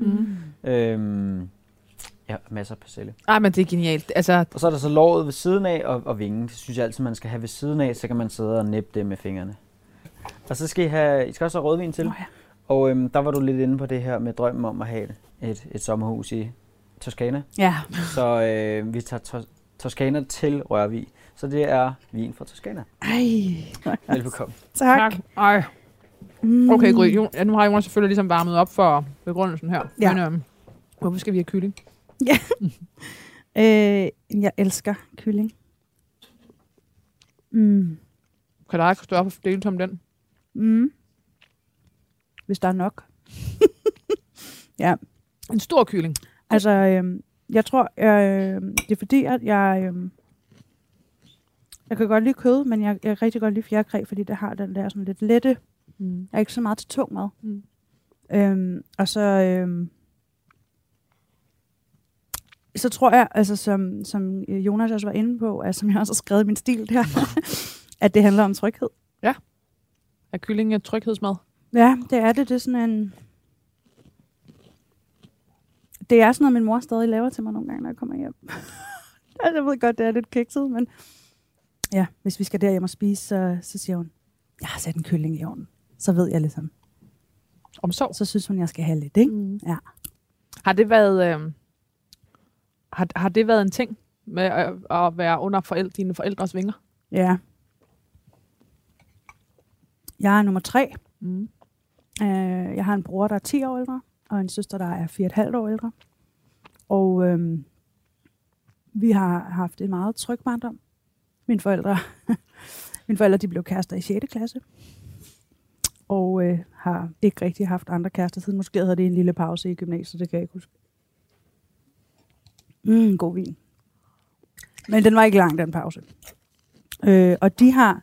Ja, masser af persille. Ej, men det er genialt. Altså... Og så er der så låret ved siden af og vingen. Det synes jeg altid, man skal have ved siden af, så kan man sidde og nippe det med fingrene. Og så skal I skal også have rødvin til. Ja. Og der var du lidt inde på det her med drømmen om at have et sommerhus i Toskana. Ja. Så vi tager Toskana til Rørvig. Så det er vin fra Toskana. Ej. Velbekomme. Tak. Ej. Okay, Gry. Nu har Jonas selvfølgelig ligesom varmet op for begrundelsen her. Ja. Men hvorfor skal vi have kylling? Ja. Jeg elsker kylling. Kan der ikke stå op og dele om den? Hvis der er nok. Ja. En stor kylling? Altså, jeg tror, det er fordi, at jeg kan godt lide kød, men jeg kan rigtig godt lide fjerkræ, fordi det har den der sådan lidt lette. Jeg er ikke så meget til tung mad. Og så tror jeg, altså som Jonas også var inde på, altså, som jeg også har skrevet i min stil der, at det handler om tryghed. Ja. Er kylling et tryghedsmad? Ja, det er det. Det er sådan en... Det er sådan noget, min mor stadig laver til mig nogle gange, når jeg kommer hjem. Jeg ved godt, det er lidt kikset, men... Ja, hvis vi skal derhjem og spise, så siger hun, jeg har sat en kylling i ovnen. Så ved jeg ligesom. Så synes hun, jeg skal have lidt, ikke? Ja. Har det været... Har det været en ting med at være under dine forældres vinger? Ja. Jeg er nummer 3. Jeg har en bror, der er 10 år ældre, og en søster, der er 4,5 år ældre. Og vi har haft en meget tryg barndom. Mine forældre de blev kærester i 6. klasse. Og har ikke rigtig haft andre kærester siden. Måske havde det en lille pause i gymnasiet, det kan jeg ikke huske. God vin. Men den var ikke lang, den pause. Og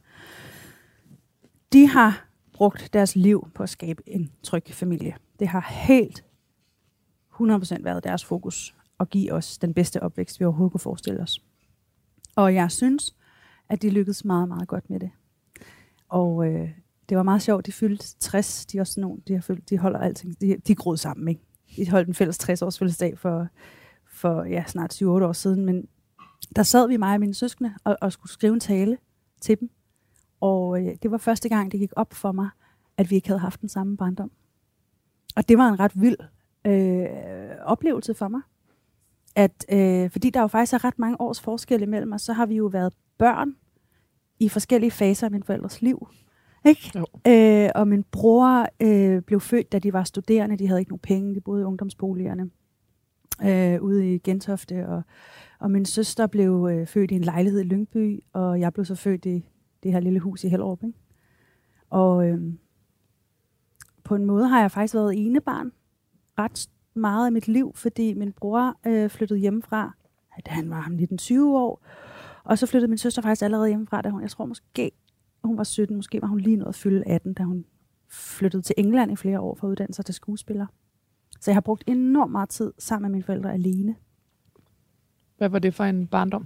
de har brugt deres liv på at skabe en tryg familie. Det har helt 100% været deres fokus at give os den bedste opvækst, vi overhovedet kunne forestille os. Og jeg synes, at de lykkedes meget, meget godt med det. Og det var meget sjovt. De fyldte 60. De er også nogle, de holder alting. De er groet sammen, ikke? De holdt en fælles 60-års fødselsdag for snart 7-8 år siden. Men der sad vi, mig og mine søskende, og skulle skrive en tale til dem. Og det var første gang, det gik op for mig, at vi ikke havde haft den samme barndom. Og det var en ret vild oplevelse for mig. At, fordi der jo faktisk er ret mange års forskel imellem os, så har vi jo været børn i forskellige faser af min forældres liv. Ikke? Og min bror blev født, da de var studerende. De havde ikke nogen penge. De boede i ungdomsboligerne ude i Gentofte. Og min søster blev født i en lejlighed i Lyngby, og jeg blev så født i det her lille hus i Hellerup. Ikke? Og på en måde har jeg faktisk været enebarn ret meget af mit liv, fordi min bror flyttede hjemmefra, da han var 19-20 år. Og så flyttede min søster faktisk allerede hjemmefra, da hun, jeg tror måske, hun var 17, måske var hun lige nået at fylde 18, da hun flyttede til England i flere år for at uddanne sig til skuespiller. Så jeg har brugt enormt meget tid sammen med mine forældre alene. Hvad var det for en barndom?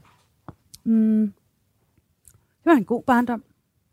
Det var en god barndom.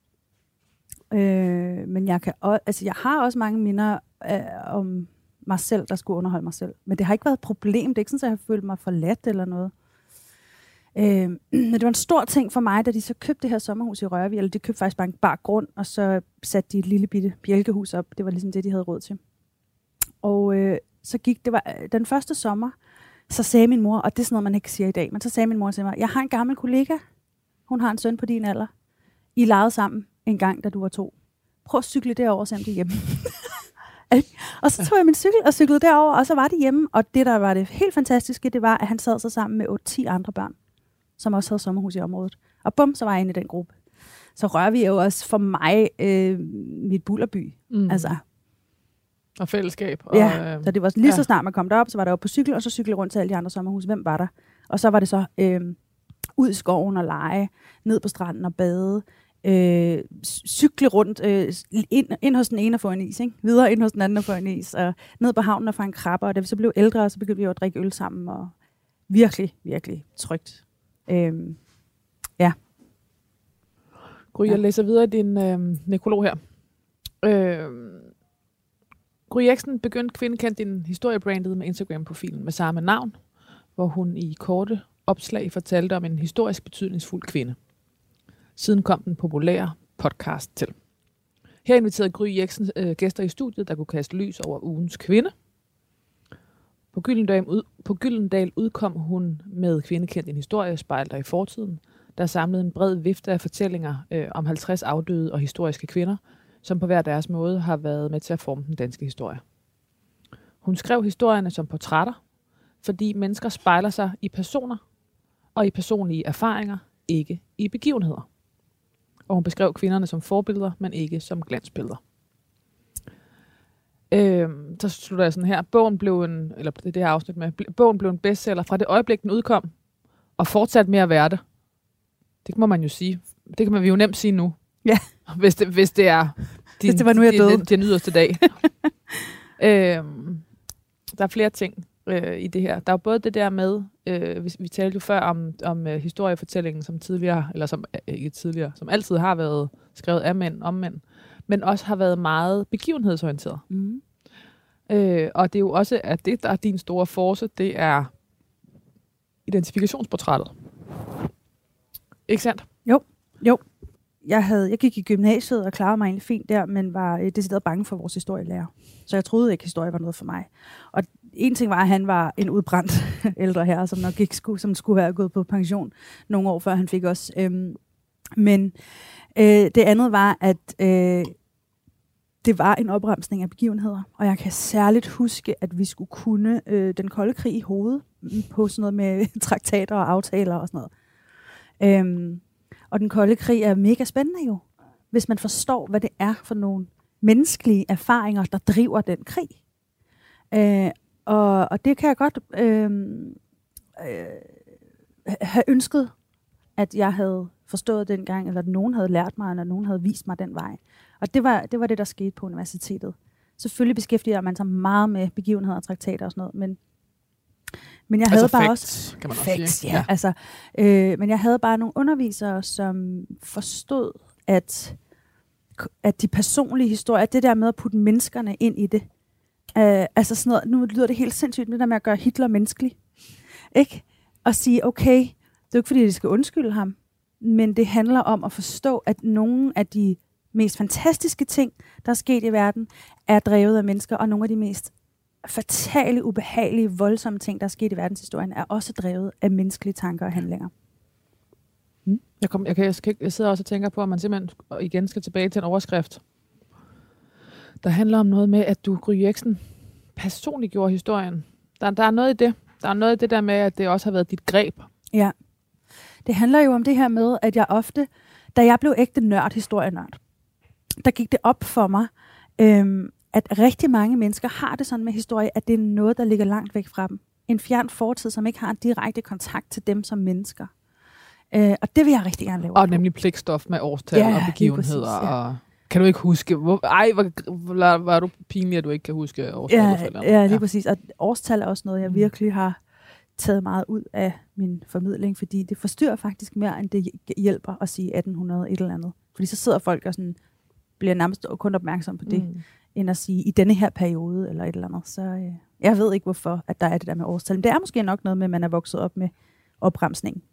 Men jeg har også mange minder om mig selv, der skulle underholde mig selv. Men det har ikke været et problem. Det er ikke sådan, at jeg har følt mig forladt eller noget. Men det var en stor ting for mig, da de så købte det her sommerhus i Rørvig, eller de købte faktisk bare en bar grund, og så satte de et lille bitte bjælkehus op. Det var ligesom det, de havde råd til. Og så det var den første sommer, så sagde min mor, og det er sådan noget, man ikke siger i dag, men så sagde min mor til mig, jeg har en gammel kollega, hun har en søn på din alder. I legede sammen en gang, da du var 2. Prøv at cykle derover, så de hjemme. Og så tog jeg min cykel og cyklede derover, og så var de hjemme. Og det, der var det helt fantastiske, det var, at han sad så sammen med 8-10 andre børn, som også havde sommerhus i området. Og bum, så var jeg inde i den gruppe. Så Rørvig er jo også for mig mit bullerby. Altså. Og fællesskab. Ja, så det var lige så snart man kom derop, så var der jo på cykel, og så cyklede rundt til alle de andre sommerhus. Hvem var der? Og så var det så ud i skoven og lege, ned på stranden og bade, cykle rundt, ind hos den ene og få en is, ikke? Videre ind hos den anden og få en is, og ned på havnen og få en krabber, og da vi så blev ældre, så begyndte vi at drikke øl sammen, og virkelig, virkelig trygt. Ja. Gry, jeg læser videre din nekrolog her. Gry Jexen begyndte Kvindekendt din historiebrandet med Instagram-profilen med samme navn, hvor hun i korte opslag fortalte om en historisk betydningsfuld kvinde. Siden kom den populære podcast til. Her inviterede Gry Jexen gæster i studiet, der kunne kaste lys over ugens kvinde. På Gyldendal udkom hun med Kvindekendt en historie, spejl dig i fortiden, der samlede en bred vifte af fortællinger om 50 afdøde og historiske kvinder, som på hver deres måde har været med til at forme den danske historie. Hun skrev historierne som portrætter, fordi mennesker spejler sig i personer og i personlige erfaringer, ikke i begivenheder. Og hun beskrev kvinderne som forbilleder, men ikke som glansbilleder. Så slutter jeg sådan her. Bogen blev en bestseller fra det øjeblik, den udkom, og fortsat med at være det. Det må man jo sige. Det kan man jo nemt sige nu. Ja. Hvis det er hvis det var nu, jeg døde. Den yderste dag. Der er flere ting i det her. Der er jo både det der med, vi talte jo før om historiefortællingen, som tidligere, eller som ikke tidligere, som altid har været skrevet af mænd, om mænd, men også har været meget begivenhedsorienteret. Mm. Og det er jo også, at det, der er din store force, det er identifikationsportrættet. Ikke sandt? Jo. Jeg gik i gymnasiet og klarede mig egentlig fint der, men var decideret bange for vores historielærer. Så jeg troede ikke, historie var noget for mig. Og en ting var, at han var en udbrændt ældre herre, som nok ikke skulle være gået på pension nogle år før han fik os. Men det andet var, at det var en opremsning af begivenheder. Og jeg kan særligt huske, at vi skulle kunne den kolde krig i hovedet på sådan noget med traktater og aftaler og sådan noget. Og den kolde krig er mega spændende jo, hvis man forstår, hvad det er for nogle menneskelige erfaringer, der driver den krig. Og det kan jeg godt have ønsket, at jeg havde forstået dengang, eller at nogen havde lært mig, eller nogen havde vist mig den vej. Og det var det, der skete på universitetet. Selvfølgelig beskæftiger man sig meget med begivenheder og traktater og sådan noget, men jeg havde bare også kan man også sige. Ja. Altså, men jeg havde bare nogle undervisere, som forstod, at de personlige historier, det der med at putte menneskerne ind i det, altså sådan noget, nu lyder det helt sindssygt, det der med at gøre Hitler menneskelig, ikke? Og sige, okay, det er jo ikke fordi, de skal undskylde ham, men det handler om at forstå, at nogle af de mest fantastiske ting, der er sket i verden, er drevet af mennesker, og nogle af de mest fatale, ubehagelige, voldsomme ting, der er sket i verdenshistorien, er også drevet af menneskelige tanker og handlinger. Jeg sidder også og tænker på, at man simpelthen igen skal tilbage til en overskrift, der handler om noget med, at du, Gry Jexen, personligt gjorde historien. Der er noget i det. Der er noget i det der med, at det også har været dit greb. Ja. Det handler jo om det her med, at jeg ofte, da jeg blev ægte historienørd, der gik det op for mig, at rigtig mange mennesker har det sådan med historie, at det er noget, der ligger langt væk fra dem. En fjern fortid, som ikke har en direkte kontakt til dem som mennesker. Og det vil jeg rigtig gerne lave. Og nemlig pligtstof med årstal og begivenheder. Præcis, ja. Og kan du ikke huske? Hvor er du pinlig, at du ikke kan huske årstal? Ja, lige præcis. Og årstal er også noget, jeg virkelig har taget meget ud af min formidling, fordi det forstyrrer faktisk mere, end det hjælper at sige 1800 et eller andet. Fordi så sidder folk og sådan, bliver nærmest kun opmærksom på det, end at sige i denne her periode eller et eller andet. Så jeg ved ikke, hvorfor at der er det der med årstal. Men det er måske nok noget med, at man er vokset op med opremsning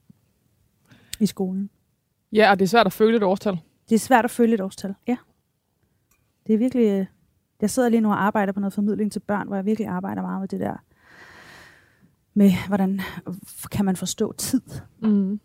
i skolen. Ja, og det er svært at føle et årstal. Det er svært at føle et årstal, ja. Det er virkelig... Jeg sidder lige nu og arbejder på noget formidling til børn, hvor jeg virkelig arbejder meget med det der, med hvordan kan man forstå tid. Mm.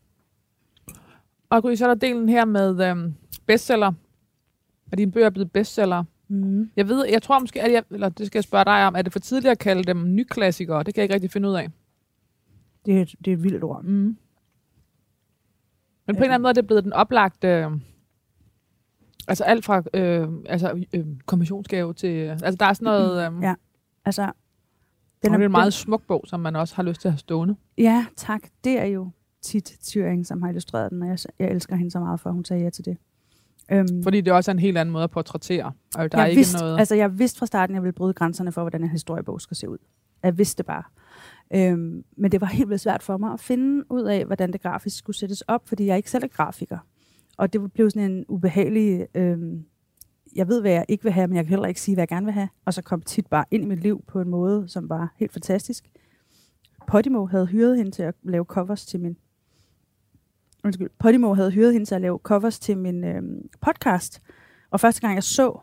Og Gry, så er der delen her med bestseller. Er dine bøger blevet bestseller? Mm. Jeg tror måske, eller det skal jeg spørge dig om, er det for tidligt at kalde dem nyklassikere? Det kan jeg ikke rigtig finde ud af. Det er et vildt ord. Mm. Men på en eller anden måde er det blevet den oplagte... altså alt fra kommissionsgave til... altså der er sådan noget... ja, altså... Det er en meget smuk bog, som man også har lyst til at have stående. Ja, tak. Det er jo tit Thüring, som har illustreret den, og jeg elsker hende så meget for, at hun sagde ja til det. Fordi det også er en helt anden måde at portrættere. Og der er ikke noget... Altså, jeg vidste fra starten, at jeg ville bryde grænserne for, hvordan en historiebog skal se ud. Jeg vidste det bare. Men det var helt vildt svært for mig at finde ud af, hvordan det grafisk skulle sættes op, fordi jeg ikke selv er grafiker. Og det blev sådan en ubehagelig... jeg ved, hvad jeg ikke vil have, men jeg kan heller ikke sige, hvad jeg gerne vil have. Og så kom tit bare ind i mit liv på en måde, som var helt fantastisk. Podimo havde hyret hende til at lave covers til min... Podimo havde hyret hende til at lave covers til min podcast. Og første gang jeg så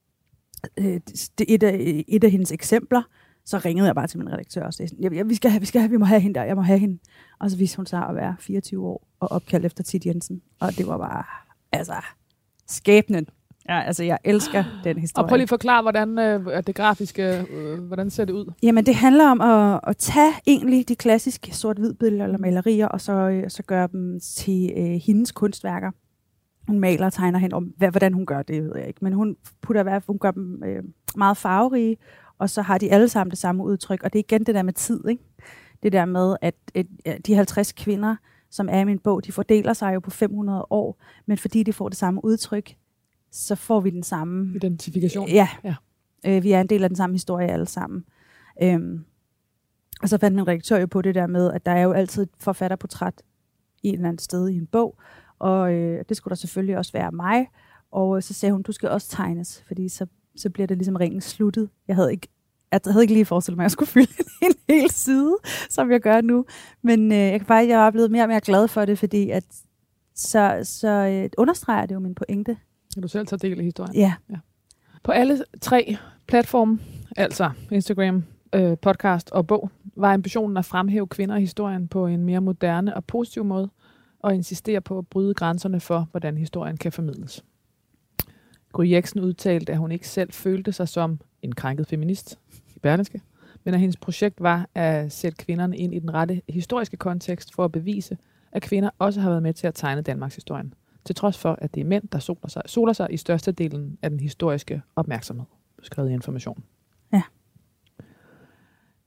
et af hendes eksempler, så ringede jeg bare til min redaktør og sagde, vi må have hende der, jeg må have hende. Og så viste hun sig at være 24 år og opkaldt efter Tit Jensen. Og det var bare, altså, skæbnen. Ja, altså, jeg elsker den historie. Og prøv lige at forklare, hvordan det grafiske, hvordan ser det ud? Jamen, det handler om at tage egentlig de klassiske sort-hvid billeder eller malerier, og så gøre dem til hendes kunstværker. Hun maler og tegner hen om, hvordan hun gør det, ved jeg ikke. Men hun gør dem meget farverige, og så har de alle sammen det samme udtryk. Og det er igen det der med tid, ikke? Det der med, at de 50 kvinder, som er i min bog, de fordeler sig jo på 500 år, men fordi de får det samme udtryk, så får vi den samme... identifikation. Ja. Vi er en del af den samme historie alle sammen. Og så fandt min redaktør jo på det der med, at der er jo altid et forfatterportræt i et eller andet sted i en bog, og det skulle der selvfølgelig også være mig. Og så sagde hun, du skal også tegnes, fordi så bliver det ligesom ringen sluttet. Jeg havde ikke lige forestillet mig, at jeg skulle fylde en hel side, som jeg gør nu. Men jeg er blevet mere og mere glad for det, fordi at så understreger det jo min pointe. Kan du selv tage del i historien? Ja. På alle 3 platforme, altså Instagram, podcast og bog, var ambitionen at fremhæve kvinder i historien på en mere moderne og positiv måde, og insistere på at bryde grænserne for, hvordan historien kan formidles. Gry Jexen udtalte, at hun ikke selv følte sig som en krænket feminist i Berlingske, men at hendes projekt var at sætte kvinderne ind i den rette historiske kontekst for at bevise, at kvinder også har været med til at tegne Danmarks historien, til trods for, at det er mænd, der soler sig i størstedelen af den historiske opmærksomhed. Skrevet i Information. Ja.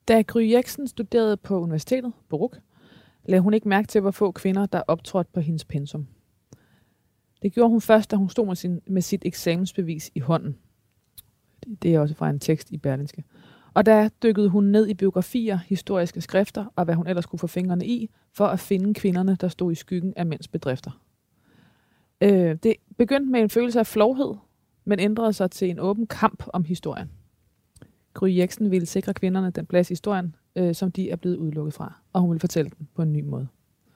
Da Gry Jexen studerede på universitetet på RUC, lagde hun ikke mærke til, hvor få kvinder, der optrådte på hendes pensum. Det gjorde hun først, da hun stod med sit eksamensbevis i hånden. Det er også fra en tekst i Berlingske. Og der dykkede hun ned i biografier, historiske skrifter og hvad hun ellers kunne få fingrene i, for at finde kvinderne, der stod i skyggen af mænds bedrifter. Det begyndte med en følelse af flovhed, men ændrede sig til en åben kamp om historien. Gry Jexen ville sikre kvinderne den plads i historien, som de er blevet udelukket fra, og hun ville fortælle den på en ny måde.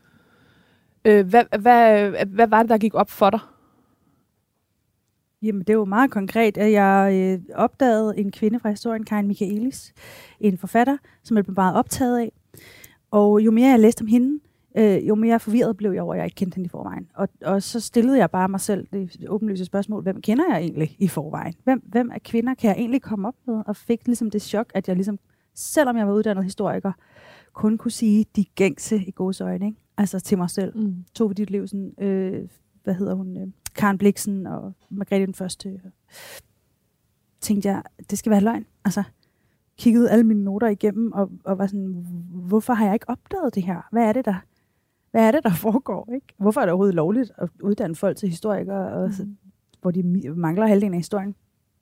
Hvad var det, der gik op for dig? Jamen, det var meget konkret, at jeg opdagede en kvinde fra historien, Karin Michaelis, en forfatter, som jeg blev meget optaget af. Og jo mere jeg læste om hende, jo mere forvirret blev jeg over, at jeg ikke kendte hende i forvejen. Og så stillede jeg bare mig selv det åbenlyse spørgsmål, hvem kender jeg egentlig i forvejen? Hvem af kvinder kan jeg egentlig komme op med? Og fik ligesom det chok, at jeg ligesom, selvom jeg var uddannet historiker, kun kunne sige de gængse i gåseøjne, ikke? Altså til mig selv. Tove Ditlevsen, hvad hedder hun? Karen Blixen og Margrethe den Første. Tænkte jeg, det skal være løgn. Altså, kiggede alle mine noter igennem og var sådan, hvorfor har jeg ikke opdaget det her? Hvad er det, der foregår? Ikke? Hvorfor er det overhovedet lovligt at uddanne folk til historikere, hvor de mangler halvdelen af historien?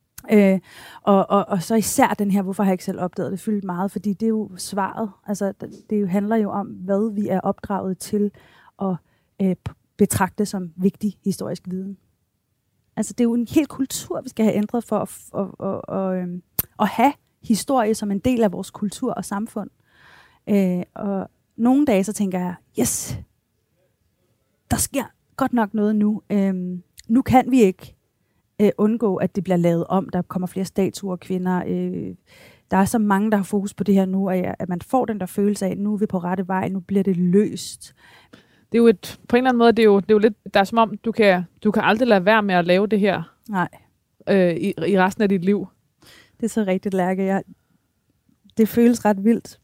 Og så især den her, hvorfor har jeg ikke selv opdaget det, fyldte meget, fordi det er jo svaret. Altså, det handler jo om, hvad vi er opdraget til at betragte som vigtig historisk viden. Altså, det er jo en hel kultur, vi skal have ændret for at have historie som en del af vores kultur og samfund. Og nogle dage, så tænker jeg, yes, der sker godt nok noget nu. Nu kan vi ikke undgå, at det bliver lavet om. Der kommer flere statuer af kvinder. Der er så mange, der har fokus på det her nu, at man får den der følelse af, at nu er vi på rette vej, nu bliver det løst. Det er jo på en eller anden måde, det er jo lidt, der er som om, du kan aldrig lade være med at lave det her. Nej. I resten af dit liv. Det er så rigtigt, Lærke. Det føles ret vildt.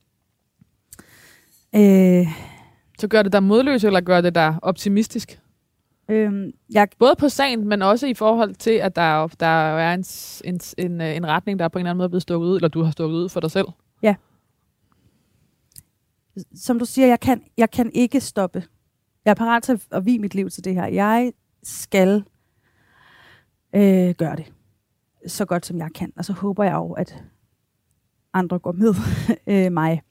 Så gør det dig modløs, eller gør det dig optimistisk? Både på sagen, men også i forhold til, at der er en retning, der på en eller anden måde er blevet stukket ud, eller du har stukket ud for dig selv. Ja. Som du siger, jeg kan ikke stoppe. Jeg er parat til at vie mit liv til det her. Jeg skal gøre det så godt, som jeg kan. Og så håber jeg jo, at andre går med mig.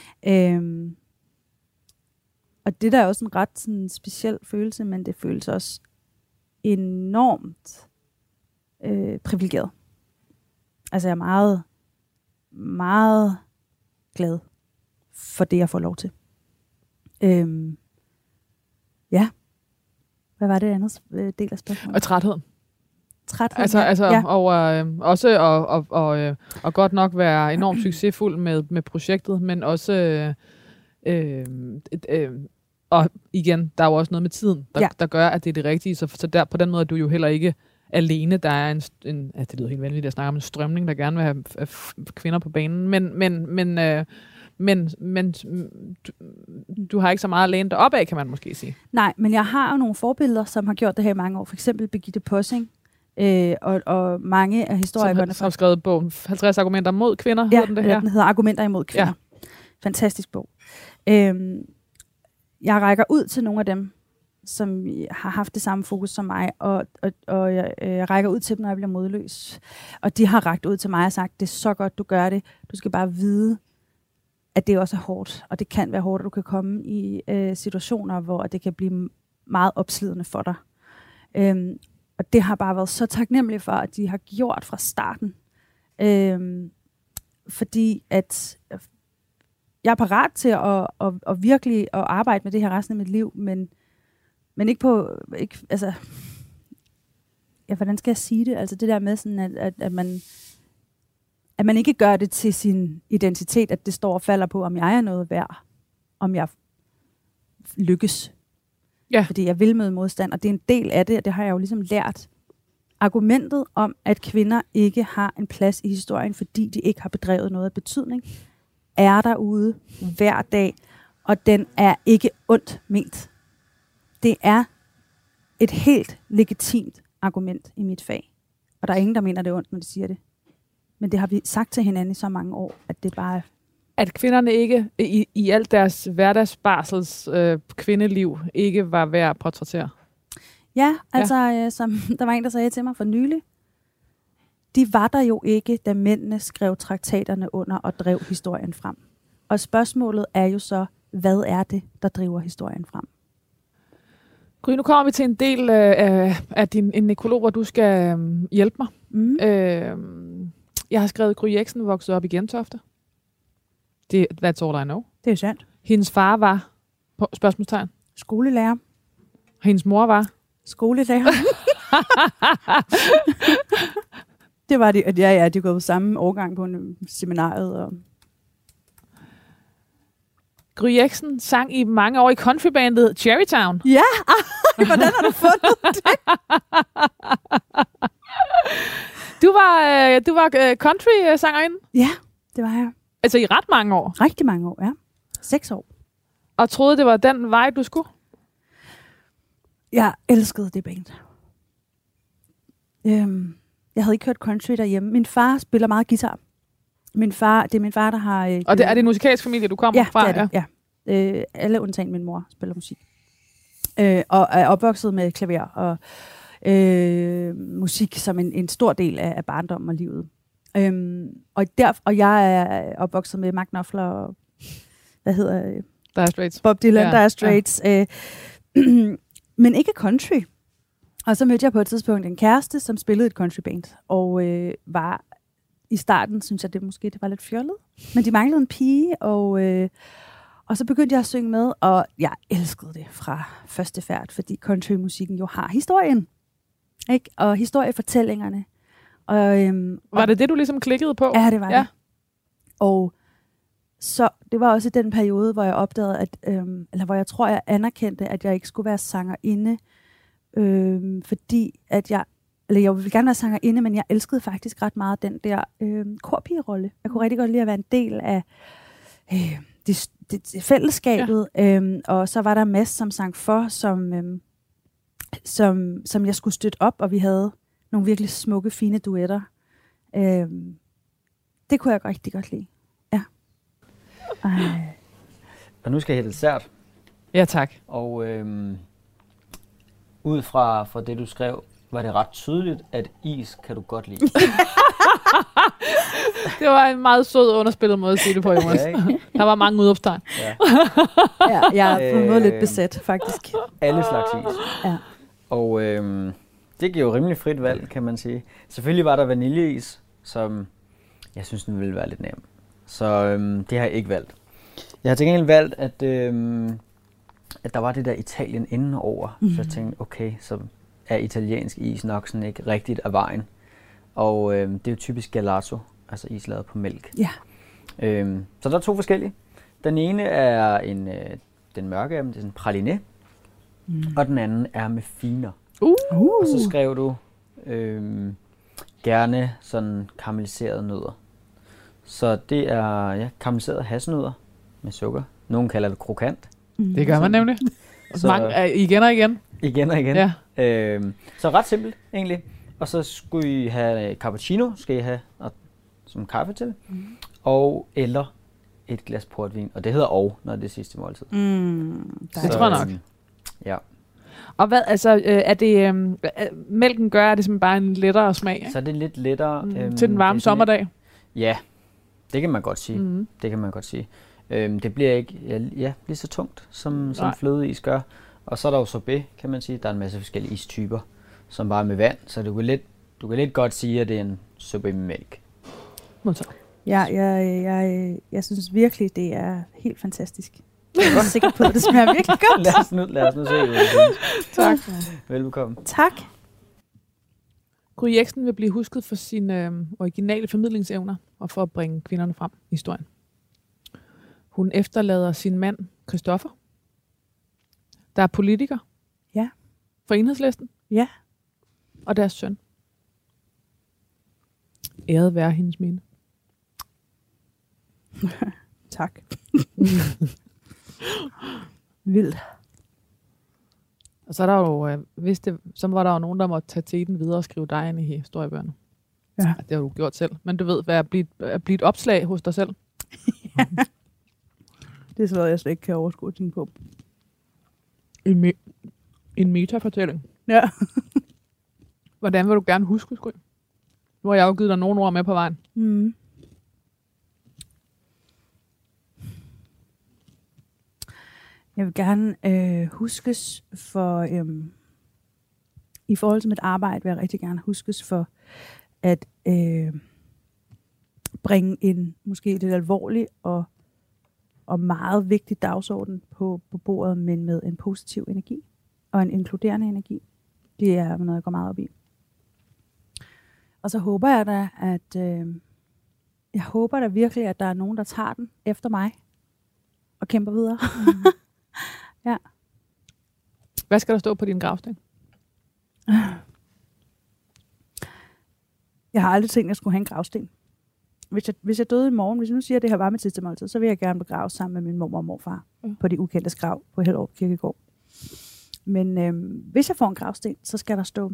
Og det der er også en ret sådan, speciel følelse, men det føles også enormt privilegeret. Altså jeg er meget, meget glad for det, jeg får lov til. Ja. Hvad var det andet del af spørgsmålet? Og trætheden. Trætheden, altså ja. Over også og godt nok være enormt succesfuld med projektet, men også og igen, der er jo også noget med tiden, der gør, at det er det rigtige. Så der på den måde er du jo heller ikke alene. Der er det lyder helt vanvittigt at snakke om en strømning, der gerne vil have kvinder på banen, men du har ikke så meget at læne dig op af, kan man måske sige. Nej, men jeg har jo nogle forbilleder, som har gjort det her i mange år. For eksempel Birgitte Possing og mange af historikerne. Som har skrevet bogen 50 argumenter mod kvinder, hedder den det her? Ja, den hedder Argumenter imod kvinder. Ja. Fantastisk bog. Jeg rækker ud til nogle af dem, som har haft det samme fokus som mig, og jeg rækker ud til dem, når jeg bliver modløs. Og de har rækket ud til mig og sagt, det er så godt, du gør det. Du skal bare vide, at det også er hårdt, og det kan være hårdt, at du kan komme i situationer, hvor det kan blive meget opslidende for dig. Og det har bare været så taknemmelig for, at de har gjort fra starten. Fordi at jeg er parat til at virkelig at arbejde med det her resten af mit liv, men ikke på, altså, ja, hvordan skal jeg sige det? Altså det der med sådan, at man ikke gør det til sin identitet, at det står og falder på, om jeg er noget værd, om jeg lykkes. Ja. Fordi jeg vil møde modstand, og det er en del af det, og det har jeg jo ligesom lært. Argumentet om, at kvinder ikke har en plads i historien, fordi de ikke har bedrevet noget af betydning, er derude hver dag, og den er ikke ondt ment. Det er et helt legitimt argument i mit fag. Og der er ingen, der mener, det er ondt, når de siger det. Men det har vi sagt til hinanden i så mange år, at det bare at kvinderne ikke i alt deres hverdagsbarsels kvindeliv ikke var værd at portrættere. Ja, altså, som der var en, der sagde til mig for nylig, de var der jo ikke, da mændene skrev traktaterne under og drev historien frem. Og spørgsmålet er jo så, hvad er det, der driver historien frem? Gry, nu kommer vi til en del af en nekrolog, hvor du skal hjælpe mig. Mm. Jeg har skrevet, Gry Jexen voksede op i Gentofte. That's all I know. Det er sandt. Hendes far var, spørgsmålstegn, Skolelærer. hendes mor var. Skolelærer. Det var de, at de er gået på samme årgang på en seminariet. Og Gry Jexen sang i mange år i countrybandet Cherrytown. ja, hvordan har du fundet det? Du var country-sangerinde? Ja, det var jeg. Altså i ret mange år. Rigtig mange år, ja. 6 år. Og troede, det var den vej, du skulle? Jeg elskede det band. Jeg havde ikke hørt country derhjemme. Min far spiller meget guitar. Det er min far, der har... Og det er det en musikalsk familie, du kommer fra? Ja, det er det. Ja. Alle undtagen min mor spiller musik. Og er opvokset med klaver og musik som en stor del af barndommen og livet. Og jeg er opvokset med Mark Knopfler og Dire Straits. Bob Dylan, Ja, Dire Straits. Men ikke country. Og så mødte jeg på et tidspunkt en kæreste, som spillede et countryband. Og var i starten, synes jeg, det var lidt fjollet. Men de manglede en pige, og så begyndte jeg at synge med, og jeg elskede det fra første færd, fordi countrymusikken jo har historien. Ikke? Og historiefortællingerne. Var det du ligesom klikkede på? Ja, det var det. Og så det var også i den periode, hvor jeg opdagede, eller hvor jeg tror, jeg anerkendte, at jeg ikke skulle være sangerinde, fordi at jeg ville gerne være sangerinde, men jeg elskede faktisk ret meget den der korpigerolle. Jeg kunne rigtig godt lide at være en del af det fællesskabet, og så var der Mads, som sang for, som jeg skulle støtte op, og vi havde nogle virkelig smukke, fine duetter. Det kunne jeg rigtig godt lide. Ja. Og nu skal jeg have dessert. Ja, tak. Og ud fra det, du skrev, var det ret tydeligt, at is kan du godt lide. Det var en meget sød underspillet måde at sige det på, Jonas. Ja, ikke? Der var mange udopstegn. Ja. Ja, jeg er på en måde lidt besat, faktisk. Alle slags is. Ja. Og det giver jo rimelig frit valg, kan man sige. Selvfølgelig var der vaniljeis, som jeg synes, den ville være lidt nem. Så det har jeg ikke valgt. Jeg har til gengæld valgt, at der var det der Italien indenover. Så jeg tænkte, okay, så er italiensk is nok sådan ikke rigtigt af vejen. Og det er jo typisk gelato, altså is lavet på mælk. Ja. Så der er 2 forskellige. Den ene er den mørke af dem, det er sådan praliné. Og den anden er med finer. Og så skrev du gerne sådan karamelliserede nødder. Så det er karamelliserede hasselnødder med sukker. Nogle kalder det krokant. Det gør man nemlig. Igen og igen. Igen og igen. Ja. Så ret simpelt egentlig. Og så skulle I have cappuccino, skal I have som kaffe til. Og eller et glas portvin. Og det hedder når det er sidste måltid. Det tror jeg nok. Ja. Og hvad, altså, er det, mælken gør, er det simpelthen bare en lettere smag, ikke? Så er det lidt lettere. Til den varme sommerdag? Ja, det kan man godt sige. Det kan man godt sige. Det bliver ikke lige så tungt, som flødeis gør. Og så er der jo sorbet, kan man sige. Der er en masse forskellige istyper, som bare er med vand. Så du kan lidt godt sige, at det er en sorbet med mælk. Ja, jeg synes virkelig, det er helt fantastisk. Jeg er sikker på, at det smager virkelig godt. Lad os nu se. Tak. Velbekomme. Tak. Gry Jexen vil blive husket for sine originale formidlingsevner og for at bringe kvinderne frem i historien. Hun efterlader sin mand, Christoffer. Der er politiker. Ja. For Enhedslisten. Ja. Og deres søn. Æret være hendes minde. Tak. Vildt. Og så er der jo, så var der jo nogen, der måtte tage teten videre og skrive dig ind i historiebøgerne. Ja. Det har du gjort selv. Men du ved, hvad er blevet et opslag hos dig selv? Det er sådan noget, jeg slet ikke kan overskue at tænke på. En metafortælling. Ja. Hvordan vil du gerne huske, Gry? Nu har jeg jo givet dig nogle ord med på vejen. Mm. Jeg vil gerne huskes for, i forhold til mit arbejde, vil jeg rigtig gerne huskes for at bringe en måske lidt alvorlig og meget vigtig dagsorden på bordet, men med en positiv energi og en inkluderende energi. Det er noget, jeg går meget op i. Og så håber jeg da, jeg håber da virkelig, at der er nogen, der tager den efter mig og kæmper videre. Ja. Hvad skal der stå på din gravsten? Jeg har aldrig tænkt, at jeg skulle have en gravsten. Hvis jeg døde i morgen, hvis jeg nu siger, at det her var mit sidste måltid, så vil jeg gerne begraves sammen med min mormor og morfar på de ukendtes grav på Hellerup Kirkegård. Men hvis jeg får en gravsten, så skal der stå: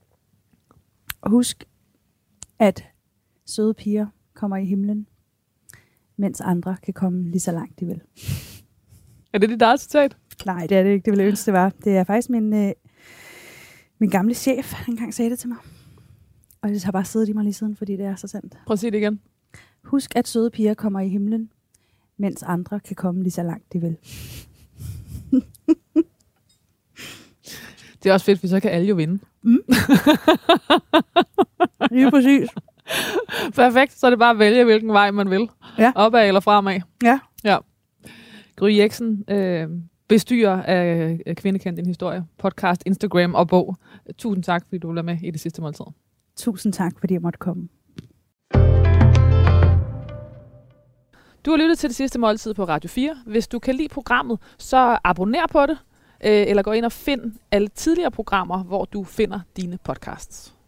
husk, at søde piger kommer i himlen, mens andre kan komme lige så langt de vil. Er det dit eget citat? Nej, det er det ikke. Det ville jeg ønske, det var. Det er faktisk min gamle chef, han engang sagde det til mig. Og det har bare siddet i mig lige siden, fordi det er så sandt. Prøv at sige det igen. Husk, at søde piger kommer i himlen, mens andre kan komme lige så langt de vil. Det er også fedt, for så kan alle jo vinde. Mm. Lige præcis. Perfekt, så er det bare at vælge, hvilken vej man vil. Ja. Opad eller fremad. Ja. Gry Jexen, bestyrer af Kvindekendt din historie, podcast, Instagram og bog. Tusind tak, fordi du var med i Det Sidste Måltid. Tusind tak, fordi jeg måtte komme. Du har lyttet til Det Sidste Måltid på Radio 4. Hvis du kan lide programmet, så abonner på det, eller gå ind og find alle tidligere programmer, hvor du finder dine podcasts.